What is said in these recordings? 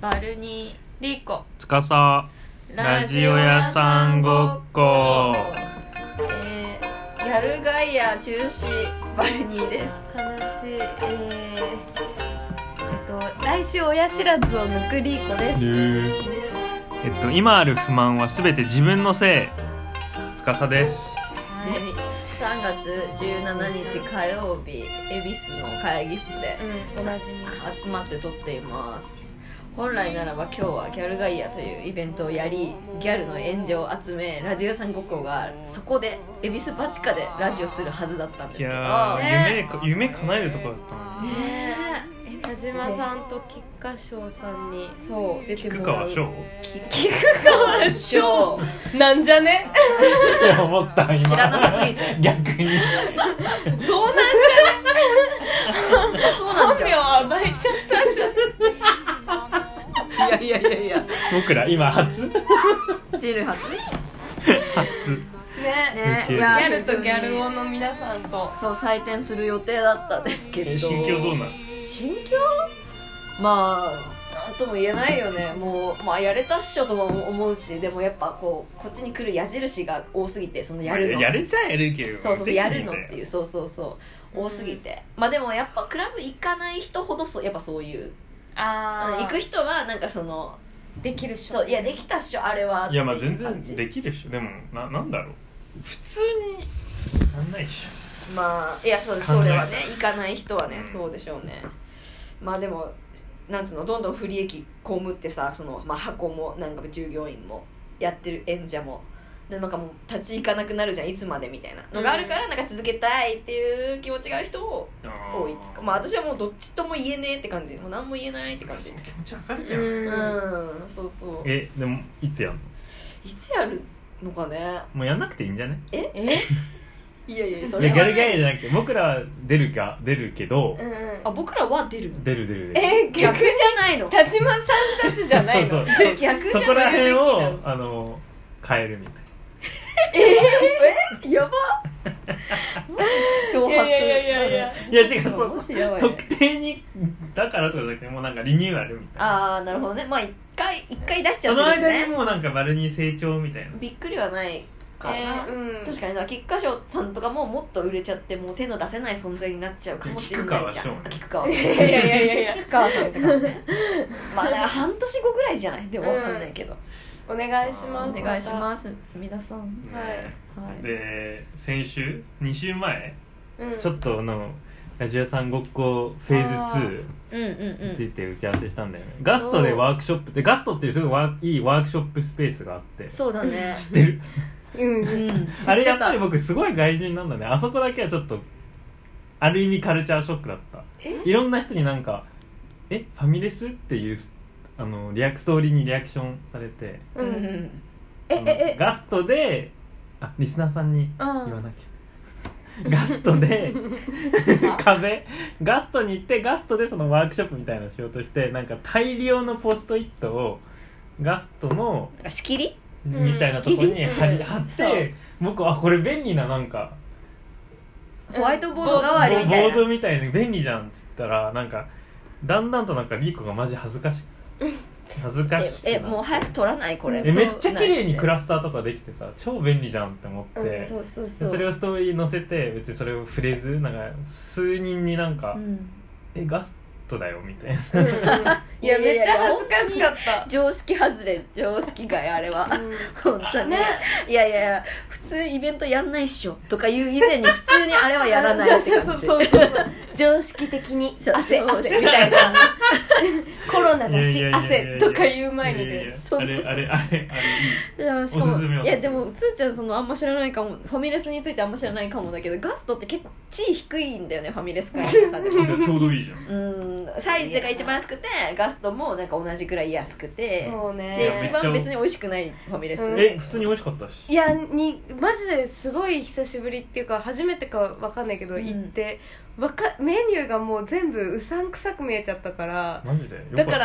バルニリーコつかさラジオ屋さんごっこ。 ギャルガイア中止バルニーです。 話来週親知らずを抜くリーコです。 今ある不満はすべて自分のせい。つかさです。 はい、3月17日火曜日、恵比寿の会議室で、集まって撮っています。本来ならば今日はギャルガイアというイベントをやり、ギャルの演者を集め、ラジオ屋さんごっこがそこで恵比寿バチカでラジオするはずだったんですけど、 いやー、夢叶えるとこだったのにね。 田島さんと菊花賞さんにそう出てもらう。 菊川賞菊川賞なんじゃねいや思った今知らなさすぎて逆にそうなんじゃそうなんじゃ本名暴いちゃったんじゃいや僕ら今初人類初ねギャルとギャル男の皆さんとそう採点する予定だったんですけれど、 心境どうなの？ 心境？まあなんとも言えないよね。もうまあやれたっしょとも思うし、でもやっぱこっちに来る矢印が多すぎて、そのやるのやれちゃやるけどそうやるのっていうそう多すぎて、まあでもやっぱクラブ行かない人ほどやっぱそういう行く人はなんかそのできるっしょ。 そういやできたっしょあれは。 いやまあ全然できるっしょ。でもなんだろう、普通になんないっしょ。 まあいやそれはね、行かない人はね、そうでしょうね。まあでもなんつうの、どんどん不利益被ってさ、その、まあ、箱もなんか従業員もやってる演者もでなんかもう立ち行かなくなるじゃん、いつまでみたいなのがあるから、なんか続けたいっていう気持ちがある人多いつか。まあ私はもうどっちとも言えねえって感じ、もう何も言えないって感じ。 気持ちわかるじゃん。 そうでもいつやんの？ いつやるのかね。 もうやんなくていいんじゃね？ いやそれは、ね、 ギャルガイアじゃなくて僕らは出るけど、 あ僕らは出るの？ 出る逆じゃないの？ 田島さんたちじゃないの？ そう逆じゃないそこら辺を変えるみたいな。 やば挑発。 いや違う、特定にだからとかじゃなくて、もうなんかリニューアルみたいな。 ああなるほどね。まあ一回出しちゃそのってるしね。 間にもうなんかバルニー成長みたいな。 びっくりはないかな。確かにな、菊花賞さんとかももっと売れちゃって、もう手の出せない存在になっちゃうかもしれないじゃん。菊川さん菊川さんって感じね。まあ半年後ぐらいじゃない？でも分かんないけど、 お願いします。 お願いします皆さん。 はい。 で先週2週前、ちょっとラジオさんごっこフェーズ2について打ち合わせしたんだよね。ガストでワークショップで、ガストっていうすごいいいワークショップスペースがあって。 そうだね。 知ってる？あれやっぱり僕僕すごい外人なんだね。あそこだけはちょっとある意味カルチャーショックだった。いろんな人になんかファミレスっていうストーリーにリアクションされて、ガストでリスナーさんに言わなきゃ。ガストでガストに行って、ガストでそのワークショップみたいなのしようとして、なんか大量のポストイットをガストの仕切りみたいなところに貼って、僕これ便利な、なんかホワイトボード代わりみたいな、 ボードみたいな便利じゃんっつったら、なんかだんだんとなんかリーコがマジ恥ずかしくもう早く取らないこれ。 めっちゃ綺麗にクラスターとかできてさ、超便利じゃんって思って、それをストーリー載せて、別にそれを触れず、なんか数人になんか、ガストだよみたいな。 いやめっちゃ恥ずかしかった。 常識外れ、常識外あれは、本当にね。いや普通イベントやんないっしょとかいう以前に、普通にあれはやらないって感じ。 常識的に汗みたいなコロナだし汗とか言う前にね。 あれいい。 しかもいやでもつーちゃんあんま知らないかも、ファミレスについてあんま知らないかもだけど、ガストって結構地位低いんだよね、ファミレス界の中でちょうどいいじゃん。 サイズが一番安くて、ガストもなんか同じくらい安くて、 そうね、 で一番別に美味しくないファミレス。 普通に美味しかったし。 いやマジですごい久しぶりっていうか、初めてかわかんないけど行って、メニューがもう全部うさんくさく見えちゃったから。 マジでだから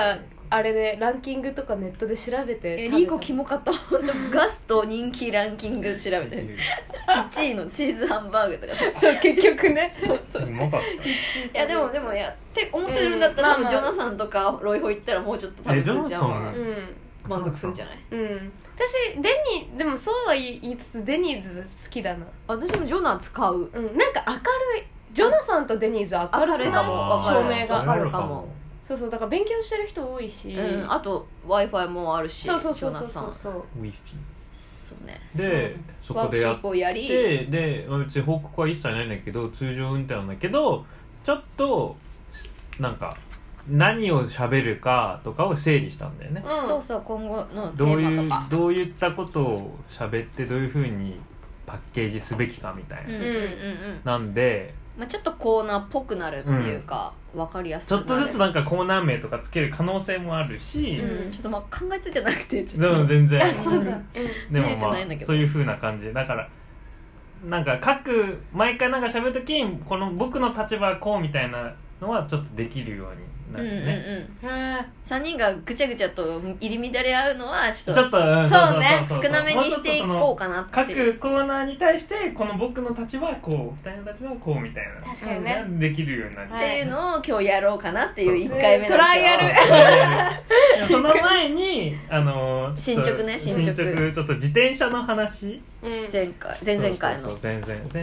あれでランキングとかネットで調べてリーコキモかったガスト人気ランキング調べて1位のチーズハンバーグとかそう結局ねうまかった。 いやでもやって思ってるんだったら、多分ジョナサンとかロイホ行ったらもうちょっと多分ジョナサン満足するんじゃない？ 私でもそうは言いつつデニーズ好きだな。 私もジョナ使う。 なんか明るい。ジョナサンとデニーズ明るいかも。 照明が明るいかも。 そうそう、だから勉強してる人多いし、 あと Wi-Fi もあるし。 そう Wi-Fi。 そうね。 でそこでやってでうち報告は一切ないんだけど通常運転なんだけどちょっとなんか何を喋るかとかを整理したんだよね。 そうそう、今後のテーマとかどういったことを喋ってどういうふうにパッケージすべきかみたいな、なんで、 ちょっとコーナーっぽくなるっていうか、分かりやすくなる。 ちょっとずつなんかコーナー名とかつける可能性もあるし、 ちょっと考えついてなくてでも全然でもそういう風な感じだからなんか毎回なんか喋るときにこの僕の立場はこうみたいなのはちょっとできるようになるね。 3人がぐちゃぐちゃと入り乱れ合うのはちょっとそうね、 少なめにしていこうかなっていう。 各コーナーに対してこの僕の立場はこう2人の立場はこうみたいな、 確かにね、 できるようになるっていうのを今日やろうかなっていう1回目トライアルその前に進捗ちょっと自転車の話、 前々回の前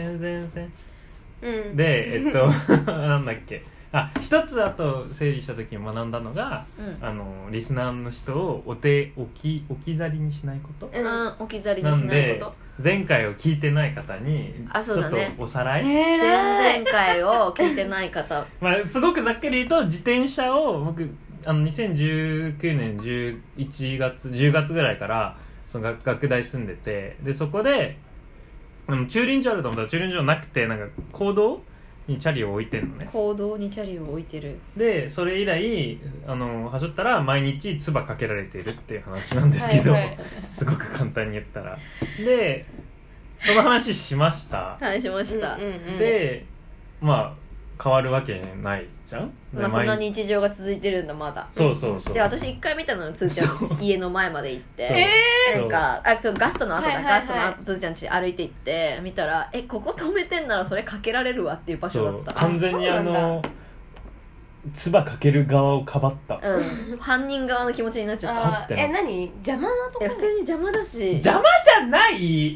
でなんだっけ、一つあと整理した時に学んだのが、リスナーの人を置き去りにしないこと、 置き去りにしないこと。 前回を聞いてない方にちょっとおさらい、 前々回を聞いてない方すごくざっくり言うと自転車を僕2019年10月ぐらいからその学大住んでて、でそこで駐輪場あると思ったら駐輪場なくて、なんか公道にチャリを置いてるのね。 公道にチャリを置いてる。 でそれ以来走ったら毎日唾かけられているっていう話なんですけど、すごく簡単に言ったら。でその話しました。 はい、しました。 で変わるわけないじゃん。 そんな日常が続いてるんだまだ。 そうで私1回見たのつーちゃん家の前まで行ってなんかガストの後ガストの後つーちゃん家歩いて行って見たらここ止めてんならそれかけられるわっていう場所だった。 完全に唾かける側をかばった、 犯人側の気持ちになっちゃった。 何邪魔なとこ？ 普通に邪魔だし。 邪魔じゃない。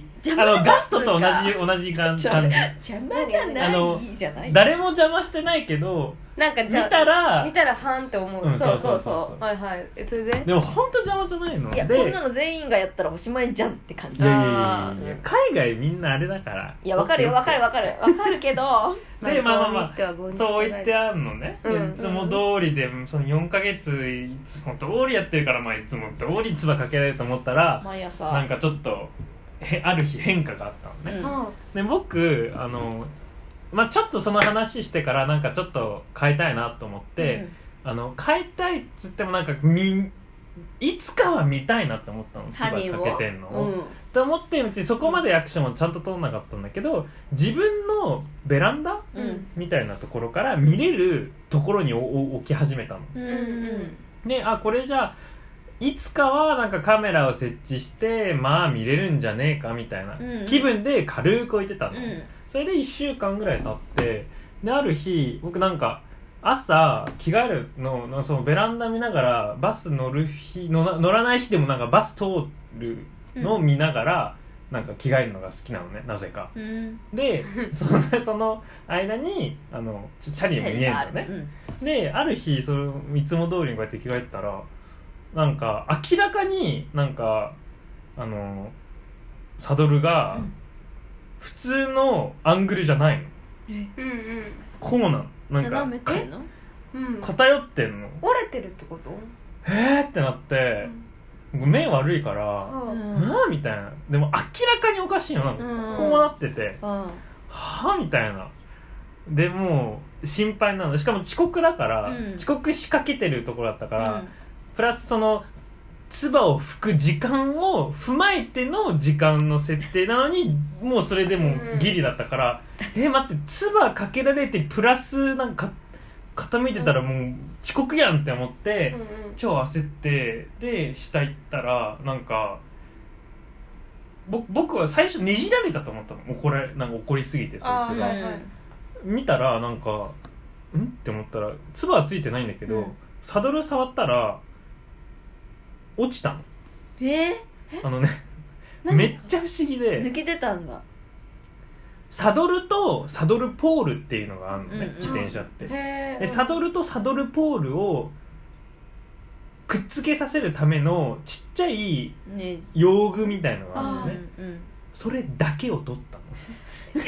ガストと同じ感じ。 邪魔じゃないじゃない。 誰も邪魔してないけど、 なんか見たらはんって思う。 そうはいはい。それででも本当邪魔じゃないの。 いや、こんなの全員がやったらおしまいじゃんって感じ。 いや海外みんなあれだから。 いや、わかるよ、わかるけど。 でそう置いてあるのね。いつも通りでその4ヶ月いつも通りやってるからいつも通り唾かけられると思ったら、なんかちょっとある日変化があったのね。で僕ちょっとその話してからなんかちょっと変えたいなと思って、変えたいっつってもなんかいつかは見たいなって思ったの、唾かけてんのを、と思って別にそこまでアクションもちゃんと取んなかったんだけど、自分のベランダ、みたいなところから見れるところに置き始めたの、でこれじゃあいつかはなんかカメラを設置して見れるんじゃねえかみたいな気分で軽く置いてたの、それで1週間ぐらい経って、である日僕なんか朝着替えるのそのベランダ見ながらバス乗らない日でもなんかバス通るのを見ながらなんか着替えるのが好きなのね、なぜか、でその間にチャリが見えるのね、である日いつも通りにこうやって着替えてたらなんか明らかになんかサドルが普通のアングルじゃないの、こうなんか斜めてんの、 偏ってんの、 折れてるってこと？ ってなって、目悪いからみたいな。でも明らかにおかしいの、なんかこうなってて、みたいな。でもう心配なの。しかも遅刻だから、遅刻しかけてるところだったから、プラスその唾を拭く時間を踏まえての時間の設定なのにもうそれでもギリだったから、待って唾かけられてプラスなんか傾いてたらもう遅刻やんって思って、 うんうん超焦ってで下行ったらなんか僕は最初ねじられたと思ったの。なんか怒りすぎてそいつあーが、 はいはい見たらなんかんって思ったら唾はついてないんだけど、 うんサドル触ったら落ちたの。あのね何めっちゃ不思議で抜けてたんだ。 サドルとサドルポールっていうのがあるのね、 うんうん自転車って。 へーでサドルとサドルポールをくっつけさせるためのちっちゃいね用具みたいのがあるのうんね。 うんそれだけを取ったの。 じゃ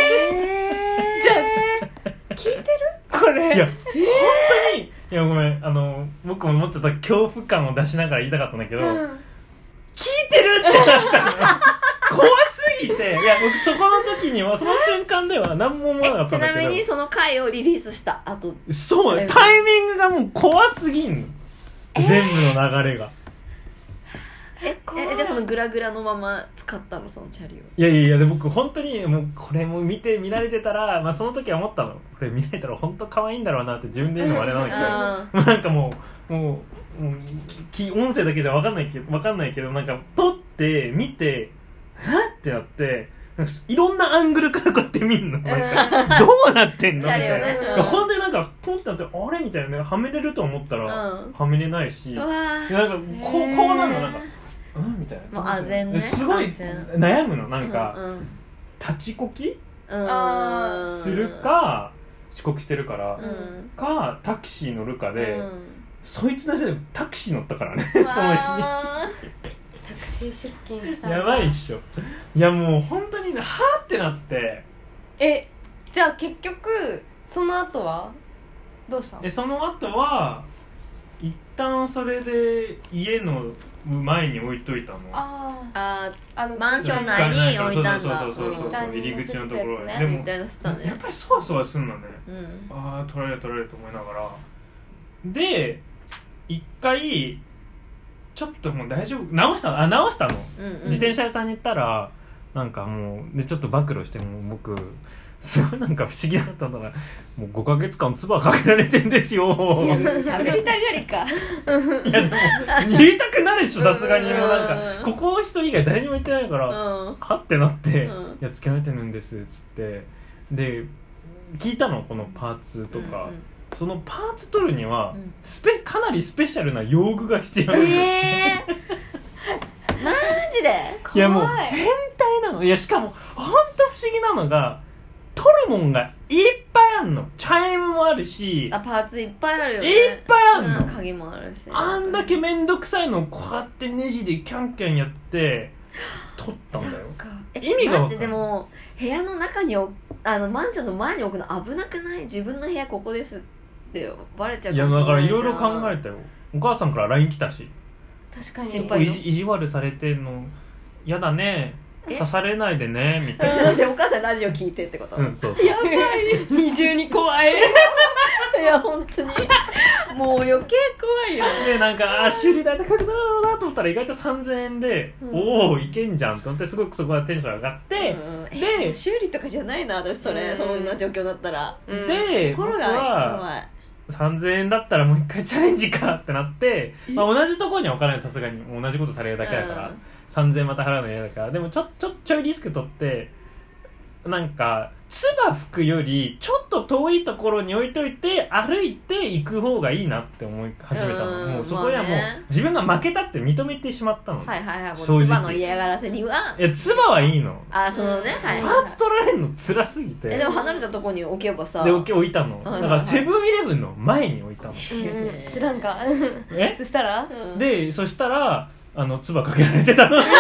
あ聞いてるこれいや、本当にいやごめん僕ももうちょっと恐怖感を出しながら言いたかったんだけど、聞いてるってなったの怖すぎて。いや僕そこの時にはその瞬間では何も思わなかったちんだけど、 なみにその回をリリースした後そうタイミングがもう怖すぎんの、全部の流れが。 じゃあそのグラグラのまま使ったのそのチャリを。 いやで僕本当にもうこれも見られてたら、まあ、その時は思ったの、これ見られたら本当可愛いんだろうなって自分で言うのもあれなんだけど、 あもうなんかもう音声だけじゃ分かんないけどなんか撮って見てはっってなってなんかいろんなアングルからこうやって見んの、なんかどうなってんのみたいな、 シャレをねいや本当になんかポンってなってあれみたいな、はめれると思ったら、はめれないし、 うわいやなんかこうなるのなんかみたいな、 もうあぜんねすごいあぜん悩むのなんか、 うん立ちこきあーするか遅刻してるから、 うんかタクシー乗るかで、 うんそいつのせいでタクシー乗ったからねうわーその日タクシー出勤したんだやばいっしょ。いやもう本当にねはーってなって、 じゃあ結局その後はどうしたの？ その後は一旦それで家の前に置いといたの。 ああマンション内に置いたんだそうそううん入り口のところに。 ねでも絶対のスタねやっぱりそわそわすんのね。 うんああ取られると思いながらで一回ちょっともう大丈夫直したの、 うんうん自転車屋さんに行ったらなんかもうでちょっと暴露しても僕すごいなんか不思議だったのがもう5ヶ月間唾かけられてんですよ。 いや喋りたがりかいやでも言いたくなるでしょさすがに。もうなんかここの人以外誰にも言ってないから、 うんはってなって「 うんいやつけられてるんです」っつってで聞いたのこのパーツとか、そのパーツ取るには、 うんかなりスペシャルな用具が必要なんですよ、 マジでいやもう怖い変態なの。いやしかもほんと不思議なのが取るもんがいっぱいあんの。チャイムもあるしパーツいっぱいあるよね。 いっぱいあんの、 鍵もあるしあんだけめんどくさいのをこうやってネジでキャンキャンやって取ったんだよ。意味が分かんない待ってでも部屋の中にマンションの前に置くの危なくない？自分の部屋ここですってバレちゃういやだからいろいろ考ええたよ。お母さんから LINE 来たし確かに心配いじわるされてんのやだね刺されないでねみたいちょっとな。 待ってお母さんラジオ聞いてってこと？ うんそうそうやばい二重に怖いいや本当にもう余計怖いよ。 でなんか修理代高くなるなと思ったら意外と3000円で、おおいけんじゃんと思ってすごくそこはテンション上がって、で修理とかじゃないな私それ、そんな状況だったら、 で僕心がは3000円だったらもう一回チャレンジかってなって、まあ、同じところには置かないさすがに同じことされるだけだから、3000円また払うの嫌だから。でもちょいリスク取ってなんか唾吹くよりちょっと遠いところに置いといて歩いて行く方がいいなって思い始めたの。もうそこではもう、 まあね自分が負けたって認めてしまったの、 はいはいはいもう正直唾の嫌がらせにはいや唾はいいの、 そのね、はいパーツ取られるの辛すぎてでも離れたところに置けばさで置いたの、 はいはいはいだからセブンイレブンの前に置いたの知らんかえそしたらうんでそしたら唾かけられてたのす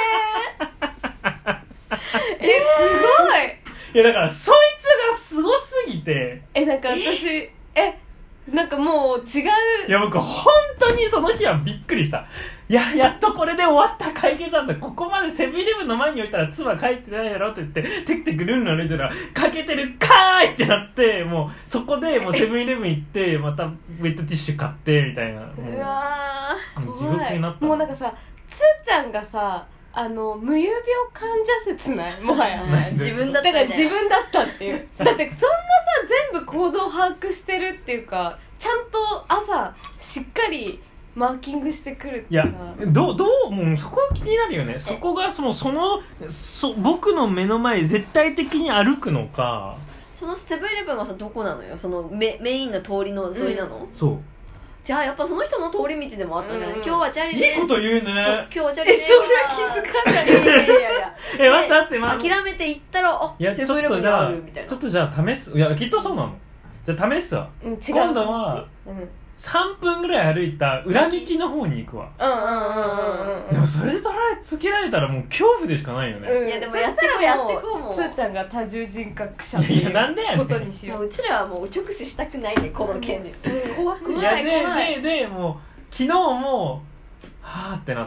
ごいいやだからそいつがすごすぎてなんか私なんかもう違ういや僕本当にその日はびっくりした。いややっとこれで終わった解決なんだ。ここまでセブンイレブンの前に置いたら唾かいてないだろって言ってテクテクルンルン歩いてたらかけてるかーいってなって、もうそこでもうセブンイレブン行ってまたウェットティッシュ買ってみたいな、もううわ地獄になったの。 もうなんかさつーちゃんがさ無有病患者説ないもはや自分だっただから自分だったっていうだってそんなさ全部行動把握してるっていうかちゃんと朝しっかりマーキングしてくるっていやさどうもうそこ気になるよね。そこが僕の目の前絶対的に歩くのか。 そのセブンイレブンはさどこなのよ、そのメインの通りの沿いなの、 そうじゃあやっぱその人の通り道でもあったんじゃない、今日はチャリでいいこと言うそうね。 今日はチャリでそれは気づかないいや待って諦めて行ったらいやセブンイレブンにあるみたいな。 ちょっとじゃあ試す。いやきっとそうなの。じゃあ試すわ。 違う今度はうん 3分ぐらい歩いた裏道の方に行くわ。でもそれで捉えつけられたらもう恐怖でしかないよね。 いやでもやってこうやってこうもうつーちゃんが多重人格者っていやいなんでやねんうことにしようもううちらはもう直視したくないねこの件に、怖いやでもう昨日もはーってなって、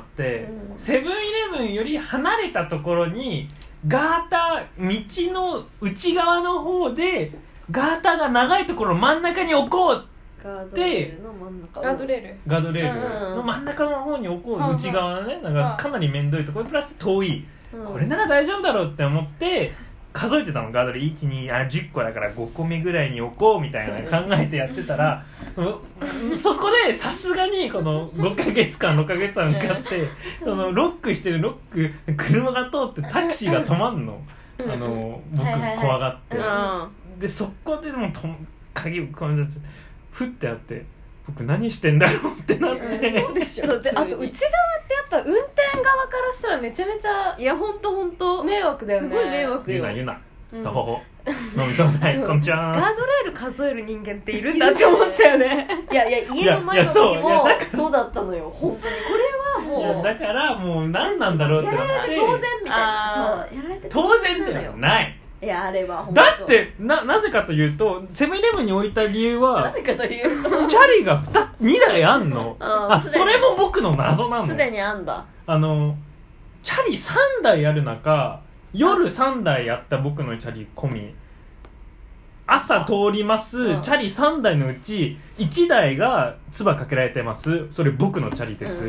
セブンイレブンより離れたところにガータ道の内側の方でガータが長いところ真ん中に置こう。 ガードレールの真ん中ガードレールガードレールの真ん中の方に置こう、内側のね、なんかかなり面倒いところプラス遠い、これなら大丈夫だろうって思って数えてたの。ガードレール10個だから5個目ぐらいに置こうみたいな考えてやってたらそこでさすがにこの6ヶ月間かかってそのロックしてる車が通ってタクシーが止まんの僕怖がって、でそこでもう鍵をこうふってあって僕何してんだろうってなって、 そうでしょ。であと内側ってやっぱ運転側からしたらめちゃめちゃいやほんと迷惑だよね。 すごい迷惑よ。 言うなとほほ飲みそうだいこんにちは。 ガードレール数える人間っているんだって思ったよね。 いや家の前の時もそうだったのよ本当に。これはもうだからもう何なんだろうってなってやられて当然みたいな。そうやられて当然だよないいやあれは本当だってなぜかというとセブンイレブンに置いた理由はなぜかというとチャリが2台あんのそれも僕の謎なの。 すでにあんだ。 チャリ3台ある中夜3台やった僕のチャリ込み朝通りますチャリ3台のうち1台が唾かけられてます。それ僕のチャリです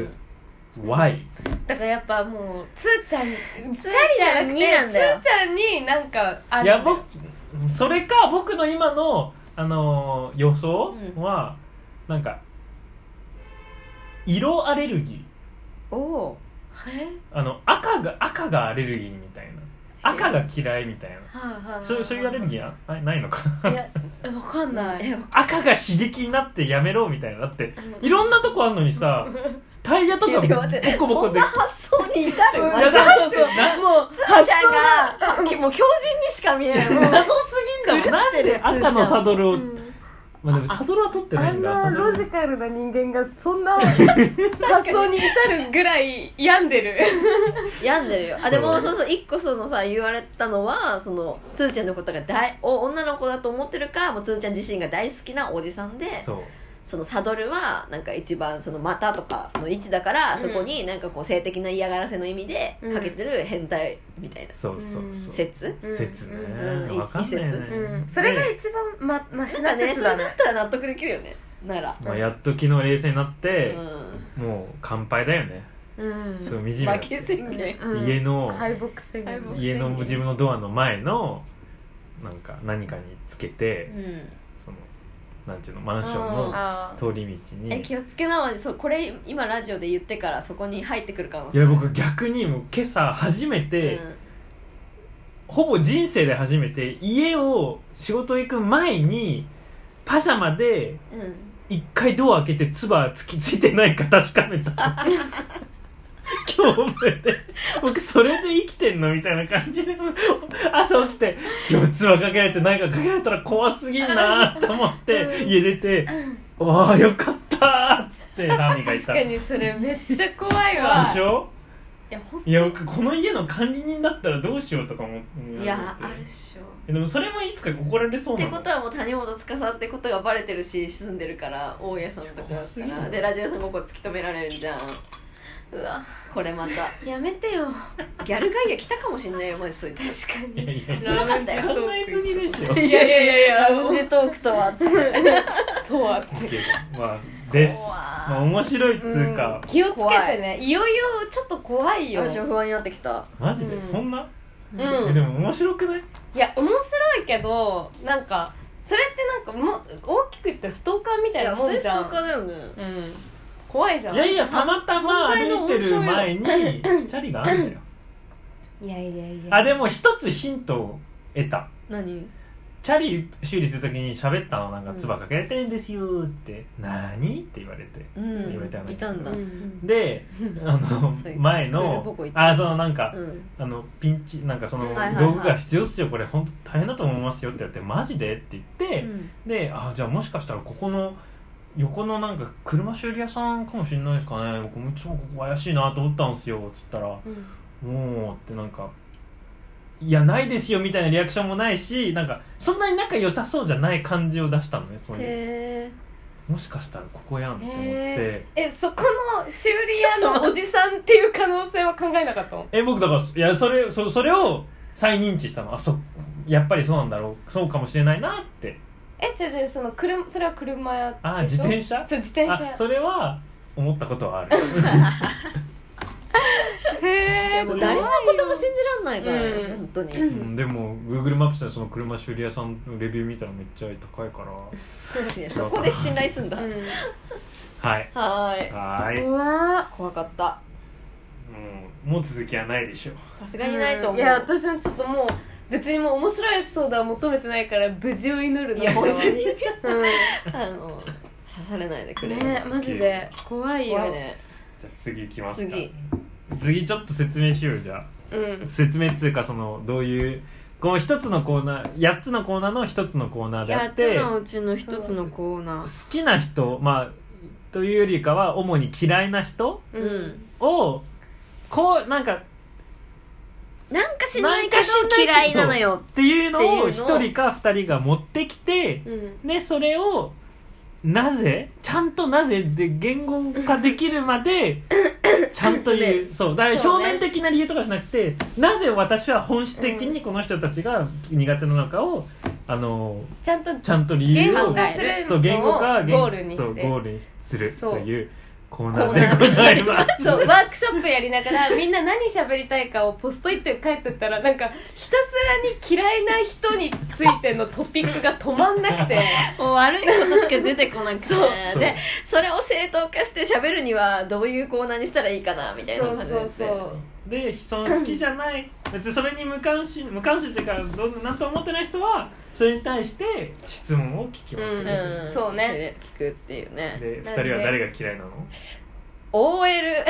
、Why？ だからやっぱもうつーちゃんつーちゃんになんだよ。 つーちゃんになんかある。 いやそれか僕の今の予想は、なんか色アレルギー。おお。 赤がアレルギーみたいな。赤が嫌いみたいな。そういうアレルギーないのかな。 いやわかんない。 赤が刺激になってやめろみたいな。だっていろんなとこあんのにさ。タイヤとかボコボコでそんな発想に至る。 いやだってもうつーちゃんがもう強靭にしか見えない。謎すぎんだもん。 なんで赤のサドルを、まあでもサドルは取ってないんだ。 あんなロジカルな人間がそんな発想に至るぐらい病んでる。 病んでるよ。でもそう一個さ言われたのはつーちゃんのことが女の子だと思ってるか、もうつーちゃん自身が大好きなおじさんで。そのサドルはなんか一番その股とかの位置だから、そこになんかこう性的な嫌がらせの意味でかけてる変態みたいな説ね。 分かんないね。 それが一番マシな説だね。 それだったら納得できるよね。ならやっと昨日冷静になってもう乾杯だよね。そう惨め。 負け宣言。 家の敗北宣言。 家の自分のドアの前のなんか何かにつけて、なんていうのマンションの通り道に気をつけなまじこれ今ラジオで言ってからそこに入ってくるかも。 いや僕逆にもう今朝初めて、ほぼ人生で初めて家を仕事行く前にパジャマで一回ドア開けて唾突きついてないか確かめた。今日で僕それで生きてんのみたいな感じで朝起きて今日唾かけられて何かかけられたら怖すぎんなと思って家出てわあよかったっつって歯磨いた。 確かにそれめっちゃ怖いわ。 でしょ。いや僕この家の管理人だったらどうしようとか思って。 いやあるっしょ。 でもそれもいつか怒られそうなの。 ってことはもう谷本司ってことがバレてるし住んでるから大家さんとかだったらでラジオさんここ突き止められるじゃん。うわこれまたやめてよ。 ギャルガイア来たかもしんないよマジそれ。確かにいやなかったよ。 考えすぎでしょ。 いやラウンジトークとはつってとはってまあです怖いまあ面白いっつうか、 気をつけてね。いよいよちょっと怖いよ。 私も不安になってきた。 マジで、 うんそんな、 うんでも面白くない？ いや面白いけど、なんかそれってなんかもう大きく言ったらストーカーみたいなもんじゃん。 普通にストーカーだよね。 うん怖いじゃん。 いやいや、たまたま歩いてる前にチャリがあるんだよ。 いやいやいや。 あ、でも一つヒントを得た。 何？ チャリ修理するときに喋ったの、なんか唾かけられてるんですよって、何って言われて、 うん言われたんだけどいたんだ。 で、 そう前トイレのボコ行ってそのなんか、ピンチなんかそのはいはいはい道具が必要っすよ、これ本当大変だと思いますよって言ってマジでって言って、で、じゃあもしかしたらここの横のなんか車修理屋さんかもしれないですかね、僕もいつもここ怪しいなと思ったんですよっつったら、もうってなんか、いやないですよみたいなリアクションもないし、なんかそんなに仲良さそうじゃない感じを出したのね。そういうへもしかしたらここやんって思って、 そこの修理屋のおじさんっていう可能性は考えなかったの？ 僕だからいやそれを再認知したの。やっぱりそうなんだろう、そうかもしれないなって。 違うその車、それは車屋でしょ？ 自転車？ そう自転車。 それは思ったことはある。 でも誰のことも信じらんないからね、本当に。 でも Google マップスでその車修理屋さんのレビュー見たらめっちゃ高いから。 そこで信頼すんだ。 はいはい。 うわ怖かった。 もう続きはないでしょ。 さすがにないと思う。 いや私もちょっともう別にもう面白いエピソードは求めてないから無事を祈るの。 いや本当にうん刺されないでくれ。 ねマジで怖いよ。 怖いね。 じゃあ次行きますか。 次ちょっと説明しよう。じゃあ、説明っつうか、そのどういうこの一つのコーナー、8つのコーナーの一つのコーナーであって、 8つのうちの一つのコーナー、 好きな人、というよりかは主に嫌いな人をこうなんかしないけど嫌いなのよっていうのを1人か2人が持ってきて、でそれをちゃんとなぜで言語化できるまでちゃんと言う。そうだから表面的な理由とかじゃなくて、なぜ私は本質的にこの人たちが苦手なのかをちゃんと理由を言語化ゴールにするというコーナナーでございます。 そうワークショップやりながらみんな何喋りたいかをポストイットに書いてったら、なんかひたすらに嫌いな人についてのトピックが止まんなくてもう悪いことしか出てこなくてそうでそれを正当化して喋るにはどういうコーナーにしたらいいかなみたいな感じでその好きじゃない別にそれに無関心っていうかなんとも思ってない人はそれに対して質問を聞きまくる、 そうね聞くっていうね。 で2人は誰が嫌いなの？ OL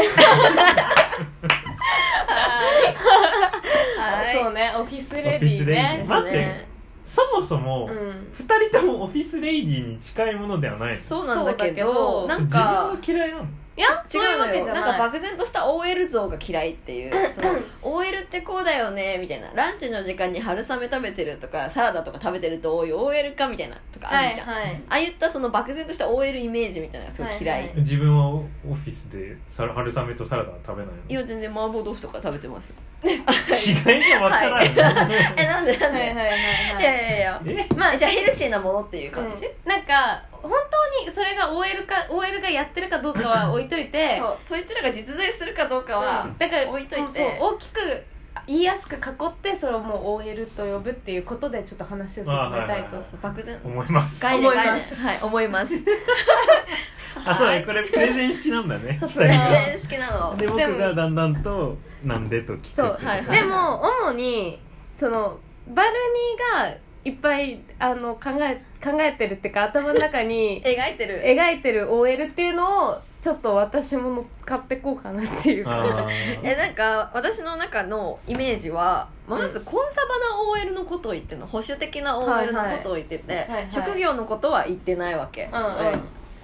そうねオフィスレディね。 待ってそもそも2人ともオフィスレイディに近いものではないの？ そうなんだけどなんか自分は嫌いなの？ いや違うのよ。なんか漠漠然とした OL 像が嫌いっていうその OL ってこうだよねみたいな、ランチの時間に春雨食べてるとかサラダとか食べてるとおい OL かみたいなとかあるじゃん、ああいったその漠然とした OL イメージみたいなのがすごい嫌い、 自分はオフィスで春雨とサラダは食べないの？ いや全然麻婆豆腐とか食べてます違いがわからないの？ なんでいやじゃあヘルシーなものっていう感じ、 なんか本当にそれが OL がやってるかどうかは置いといてそいつらが実在するかどうかはだから置いといて、 そう大きく言いやすく囲ってそれをもう OL と呼ぶっていうことでちょっと話を進めたいと漠然思います。 概念はい思いますそうね、これプレゼン式なんだね。 そうプレゼン式なので僕がだんだんとなんでと聞くっていう。 でも主にそのバルニーがいっぱい考えてるっていうか頭の中に描いてる OL っていうのをちょっと私も乗っかってこうかなっていう感じ。 なんか私の中のイメージは、まずコンサバな OL のことを言ってるの、保守的な OL のことを言ってて、職業のことは言ってないわけ、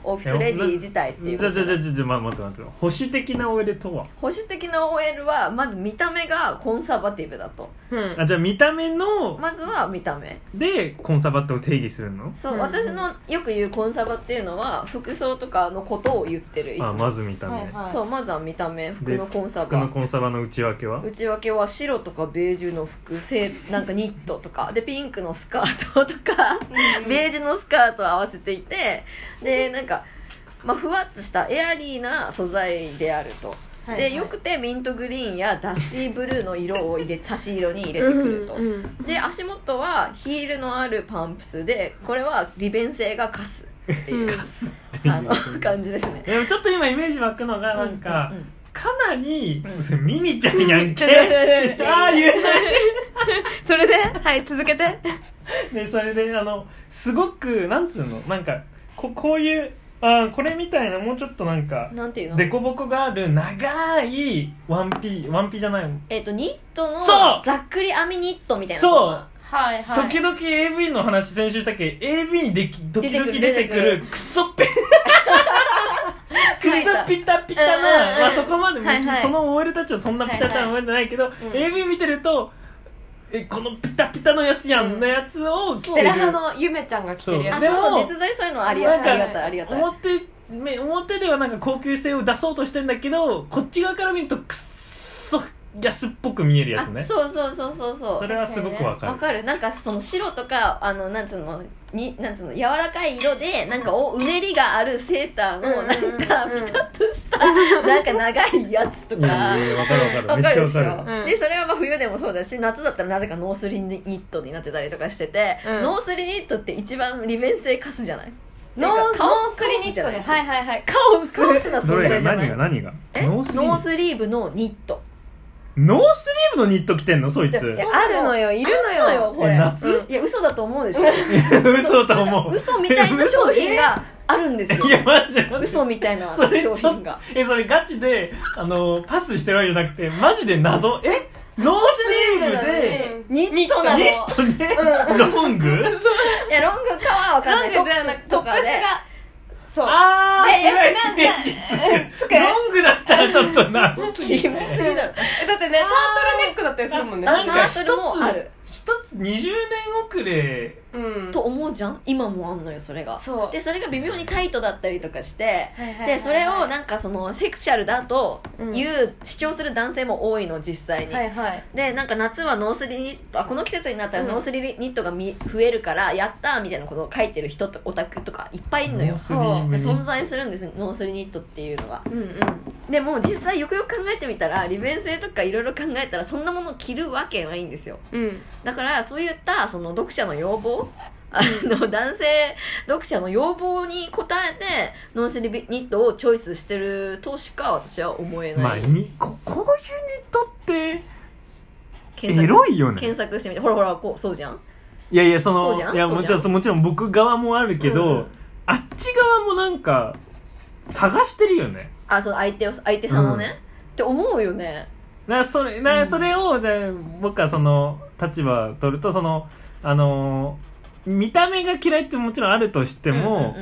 オフィスレディ自体っていうこと。 じゃ待って保守的な OL とは保守的な OL はまず見た目がコンサバティブだと、 じゃあ見た目のまずは見た目でコンサバってを定義するの？ そう、私のよく言うコンサバっていうのは服装とかのことを言ってる。いつもまず見た目、 そうまずは見た目、服のコンサバ。 服のコンサバの内訳は白とかベージュの服、なんかニットとかでピンクのスカートとかベージュのスカートを合わせていて、でなんかふわっとしたエアリーな素材であると、でよくてミントグリーンやダスティーブルーの色を差し色に入れてくると、で足元はヒールのあるパンプスで、これは利便性がカスっていう、感じですね。 でもちょっと今イメージ湧くのがなんか、かなり、ミミちゃんやんけ言えないそれではい続けてでそれですごくなんつうの、なんかこういうこれみたいな、もうちょっとなんかなんていうの、 デコボコがある長いワンピじゃないの、 ニットのそうざっくり編みニットみたいな。 そうはいはい、 時々 AV の話先週したっけ、 AV に時々出てくるクソッペクソピタピタな、そこまで、その OL たちはそんなピタピタな OL じゃないけど、AV 見てるとこのピタピタのやつやんのやつを着てる、 テラハのゆめちゃんが着てるやつ。 でも実在そういうのありがたいありがたい。 表ではなんか高級性を出そうとしてるんだけど、こっち側から見るとクソ安っぽく見えるやつね。 そうそれはすごくわかる。 わかる。なんかその白とかなんつうの柔らかい色でなんかうねりがあるセーターのなんかピタッとしたなんか長いやつとか。 わかるめっちゃわかる。 でそれは冬でもそうだし、夏だったらなぜかノースリニットになってたりとかしてて、ノースリニットって一番利便性カスじゃない？ ノースリニットね。はいカオスな存在じゃない？ 何がノースリーブのニット。 ノースリーブのニット着てんのそいつ？ あるのよ、いるのよこれ。 夏？ いや嘘だと思うでしょ。 嘘と思う。 嘘みたいな商品があるんですよ。 いやマジで嘘みたいな商品が。 それガチでパスしてるわけじゃなくて、マジで謎。ノースリーブでニットなの。 ニットでロング？ いやロングかは分かんない。 トップスがそう。 ロングだったらちょっと謎すぎる。 だってね、タートルネックだったりするもんね。 なんかタートルもある。 一つ20年遅れと思うじゃん。今もあんのよそれが。でそれが微妙にタイトだったりとかして、でそれをなんかそのセクシャルだと主張する男性も多いの実際に。でなんか夏はノースリニット、この季節になったらノースリニットが増えるからやったーみたいなことを書いてる人とオタクとかいっぱいいるのよ。存在するんです、ノースリニットっていうのが。でも実際よくよく考えてみたら利便性とかいろいろ考えたらそんなものを着るわけないんですよ。だからそういったその読者の要望、男性読者の要望に応えてノースリニットをチョイスしてるとしか私は思えない。 こういうニットってエロいよね。 検索してみて、ほらこうそうじゃん。 いやもちろん僕側もあるけど、あっち側もなんか探してるよね。 そう相手さんをね、って思うよね。 それをじゃあ僕はその立場を取ると、その見た目が嫌いってもちろんあるとしても、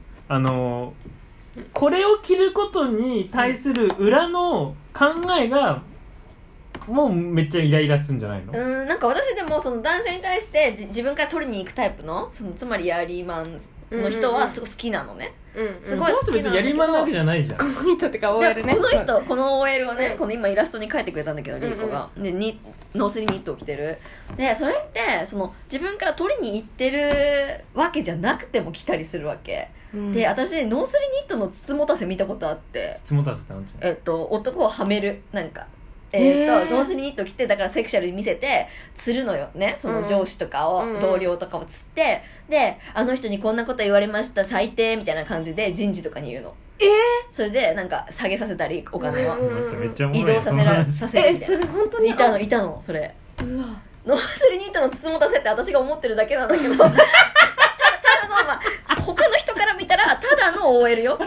これを着ることに対する裏の考えがもうめっちゃイライラするんじゃないの？ なんか私でもその男性に対して自分から取りに行くタイプの、つまりヤリーマンの人はすごい好きなのね。すごい好きなんだけど、 別にやりまんなわけじゃないじゃん。 この人ってか OL ね。 この OL はね、この今イラストに描いてくれたんだけど、リーコがでノースリニットを着てる。でそれってその自分から取りに行ってるわけじゃなくても着たりするわけ。で私ノースリニットの筒持たせ見たことあって。 筒持たせってなんちゃう？ 男をはめるなんか。ノースリニット着て、だからセクシャルに見せて釣るのよね、その上司とかを、同僚とかを釣って、であの人にこんなこと言われました最低みたいな感じで人事とかに言うの。それでなんか下げさせたり、お金は移動させるみたいな。 それ本当にいたのそれ。ノースリニットの筒持たせって私が思ってるだけなんだけどただの、他の人から見たらただの OL よ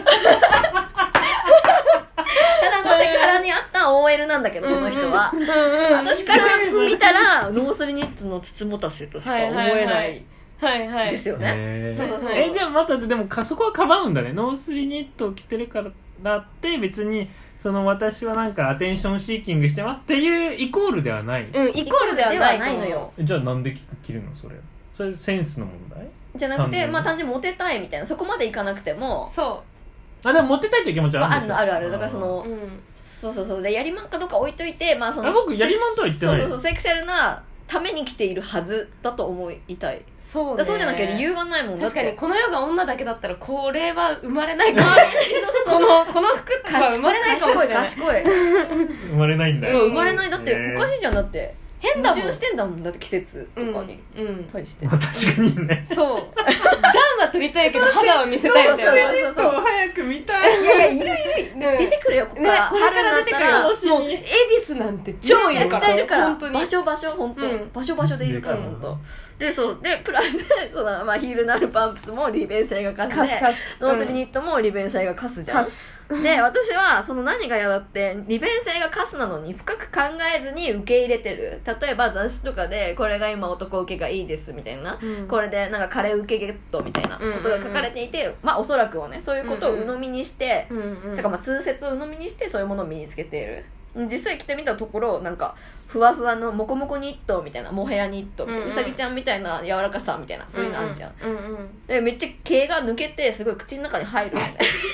ただのセクハラにあった OL なんだけど、その人は私から見たらノースリニットの筒持たせとしか思えない。 はいはいですよね。そうそうそう。 じゃあまたでもそこはかばうんだね。ノースリニットを着てるからだって別にその私はなんかアテンションシーキングしてますっていうイコールではない、 イコールではないのよ。 じゃあなんで着るのそれセンスの問題じゃなくて、まあ単純にモテたいみたいな、そこまでいかなくても、 そうでもモテたいという気持ちはあるんでしょ、 あるだからその、そうでやりまんかどうか置いといて、まあその僕やりまんとは言ってない。 そうセクシャルなために来ているはずだと思いたい。 そうね、 そうじゃなきゃ理由がないもん。 確かにこの世が女だけだったらこれは生まれないかもこの服は生まれないかもしれない。 賢い生まれないんだよ。 そう生まれない。だっておかしいじゃん。だって変だもん。矛盾してんだもん。だって季節とかに対して。 確かにね。 そう段は取りたいけど肌を見せたいんだよ。 そう早く見たい。 いやいる出てくるよ。ここからこれから出てくるよ。もう恵比寿なんて超いるから。めちゃくちゃいるから。場所本当場所でいるから本当。でプラスでまあヒールのあるパンプスも利便性がカスで、ノースリニットも利便性がカスじゃん。で私はその何が嫌だって、利便性がカスなのに深く考えずに受け入れてる。例えば雑誌とかでこれが今男受けがいいですみたいな、これでなんか彼受けゲットみたいなことが書かれていて、まあおそらくはねそういうことを鵜呑みにして、だからまあ通説を鵜呑みにしてそういうものを身につけている。実際着てみたところなんかふわふわのモコモコニットみたいな、モヘアニットみたいな、うさぎちゃんみたいな柔らかさみたいな、そういうのあんじゃん。でめっちゃ毛が抜けてすごい口の中に入るよね。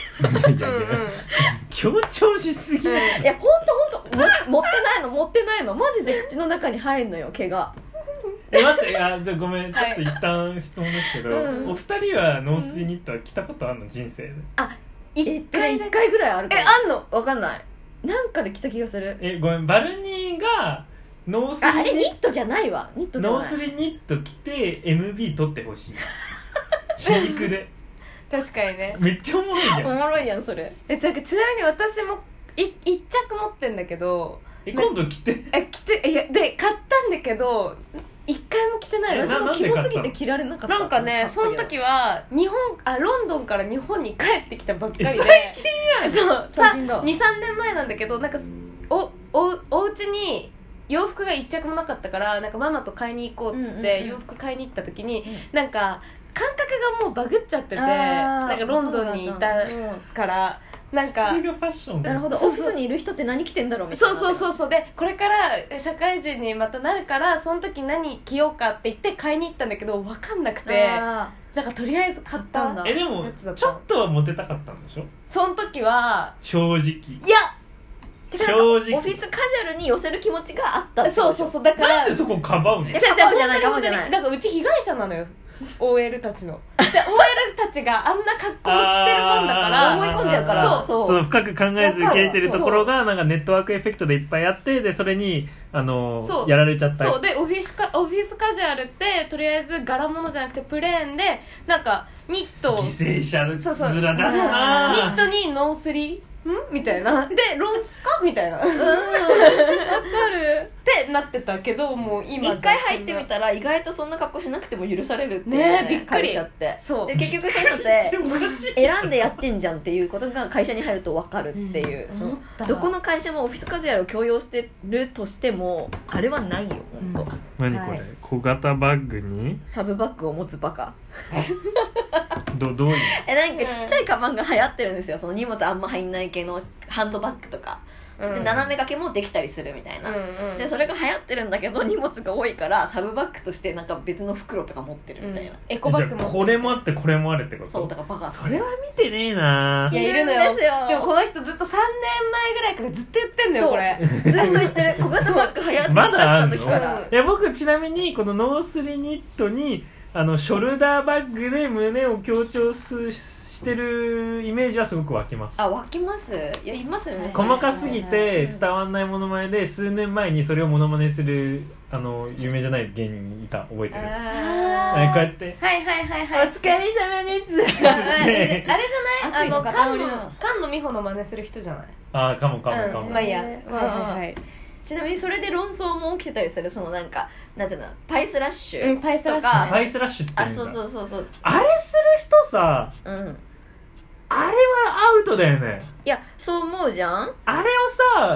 強調しすぎ。 いやほんと持ってないのマジで口の中に入るのよ毛が。 待ってじゃあごめんちょっと一旦質問ですけど、お二人はノースリニットは着たことあるの人生で？ 1回ぐらいあるかも。 あんの？ わかんない。なんかで着た気がする。 ごめん、バルニーがノースリあれニットじゃないわ。 ノースリニット着て MV 撮ってほしい。皮肉で。 確かにね。 めっちゃおもろいやん。 おもろいやんそれ。 ちなみに私も一着持ってんだけど。 今度着て。 いやで買ったんだけど一回も着てないの。 私もキモすぎて着られなかった。 なんかねその時はロンドンから日本に帰ってきたばっかりで。 最近やん。 そう2、3年前なんだけど、なんかお家に洋服が一着もなかったから、なんかママと買いに行こうっつって洋服買いに行った時に、なんか感覚がもうバグっちゃってて、なんかロンドンにいたからなんかそれがファッション。 なるほど。オフィスにいる人って何着てんだろうみたいな。 そうでこれから社会人にまたなるからその時何着ようかって言って買いに行ったんだけど分かんなくて、なんかとりあえず買ったんだ。 でもちょっとはモテたかったんでしょその時は。 正直。 いやてかオフィスカジュアルに寄せる気持ちがあったって。 そうだからなんでそこかばうの？ かもじゃない。 だからうち被害者なのよ。OL たちので OL たちがあんな格好してるもんだから思い込んじゃうから。 そう深く考えず受け入れてるところがなんかネットワークエフェクトでいっぱいあって、でそれにやられちゃった。 そうでオフィスカジュアルってとりあえず柄物じゃなくてプレーンでなんかニット犠牲者面出すな。 ニットにノースリみたいなでロンスかみたいなわかるってなってたけど、もう今一回入ってみたら意外とそんな格好しなくても許されるってね。びっくり会社って。 そうで結局そういうのって選んでやってんじゃんっていうことが会社に入ると分かるっていう、どこの会社もオフィスカジュアルを強要してるとしてもあれはないよ本当。 何これ、小型バッグにサブバッグを持つバカ。 どういうなんかちっちゃいカバンが流行ってるんですよ。その荷物あんま入んない系のハンドバッグとか、で斜め掛けもできたりするみたいな、でそれが流行ってるんだけど荷物が多いからサブバッグとしてなんか別の袋とか持ってるみたいな、 エコバッグもじゃあこれもあってこれもあるってこと？ そうだからバカ。 それは見てねえな。 いやいるのよ。でもこの人ずっと3年前ぐらいからずっと言ってんだよこれ。 ずっと言ってる。小型バッグ流行ってまだあんの？ 時から。 いや僕ちなみにこのノースリニットにショルダーバッグで胸を強調してるイメージはすごく湧きます。 湧きます。いやいますよね。 細かすぎて伝わんないモノマネで数年前にそれをモノマネする有名じゃない芸人いた。覚えてる？こうやってはいお疲れ様ですあれじゃない菅野美穂の真似する人じゃない？ かも、 まあいいや。 ちなみにそれで論争も起きてたりする。そのなんかなんていうのパイスラッシュパイスラッシュとか。 パイスラッシュって言うんだ。 そうあれする人さ、あれはアウトだよね。 いやそう思うじゃん。 あれをさ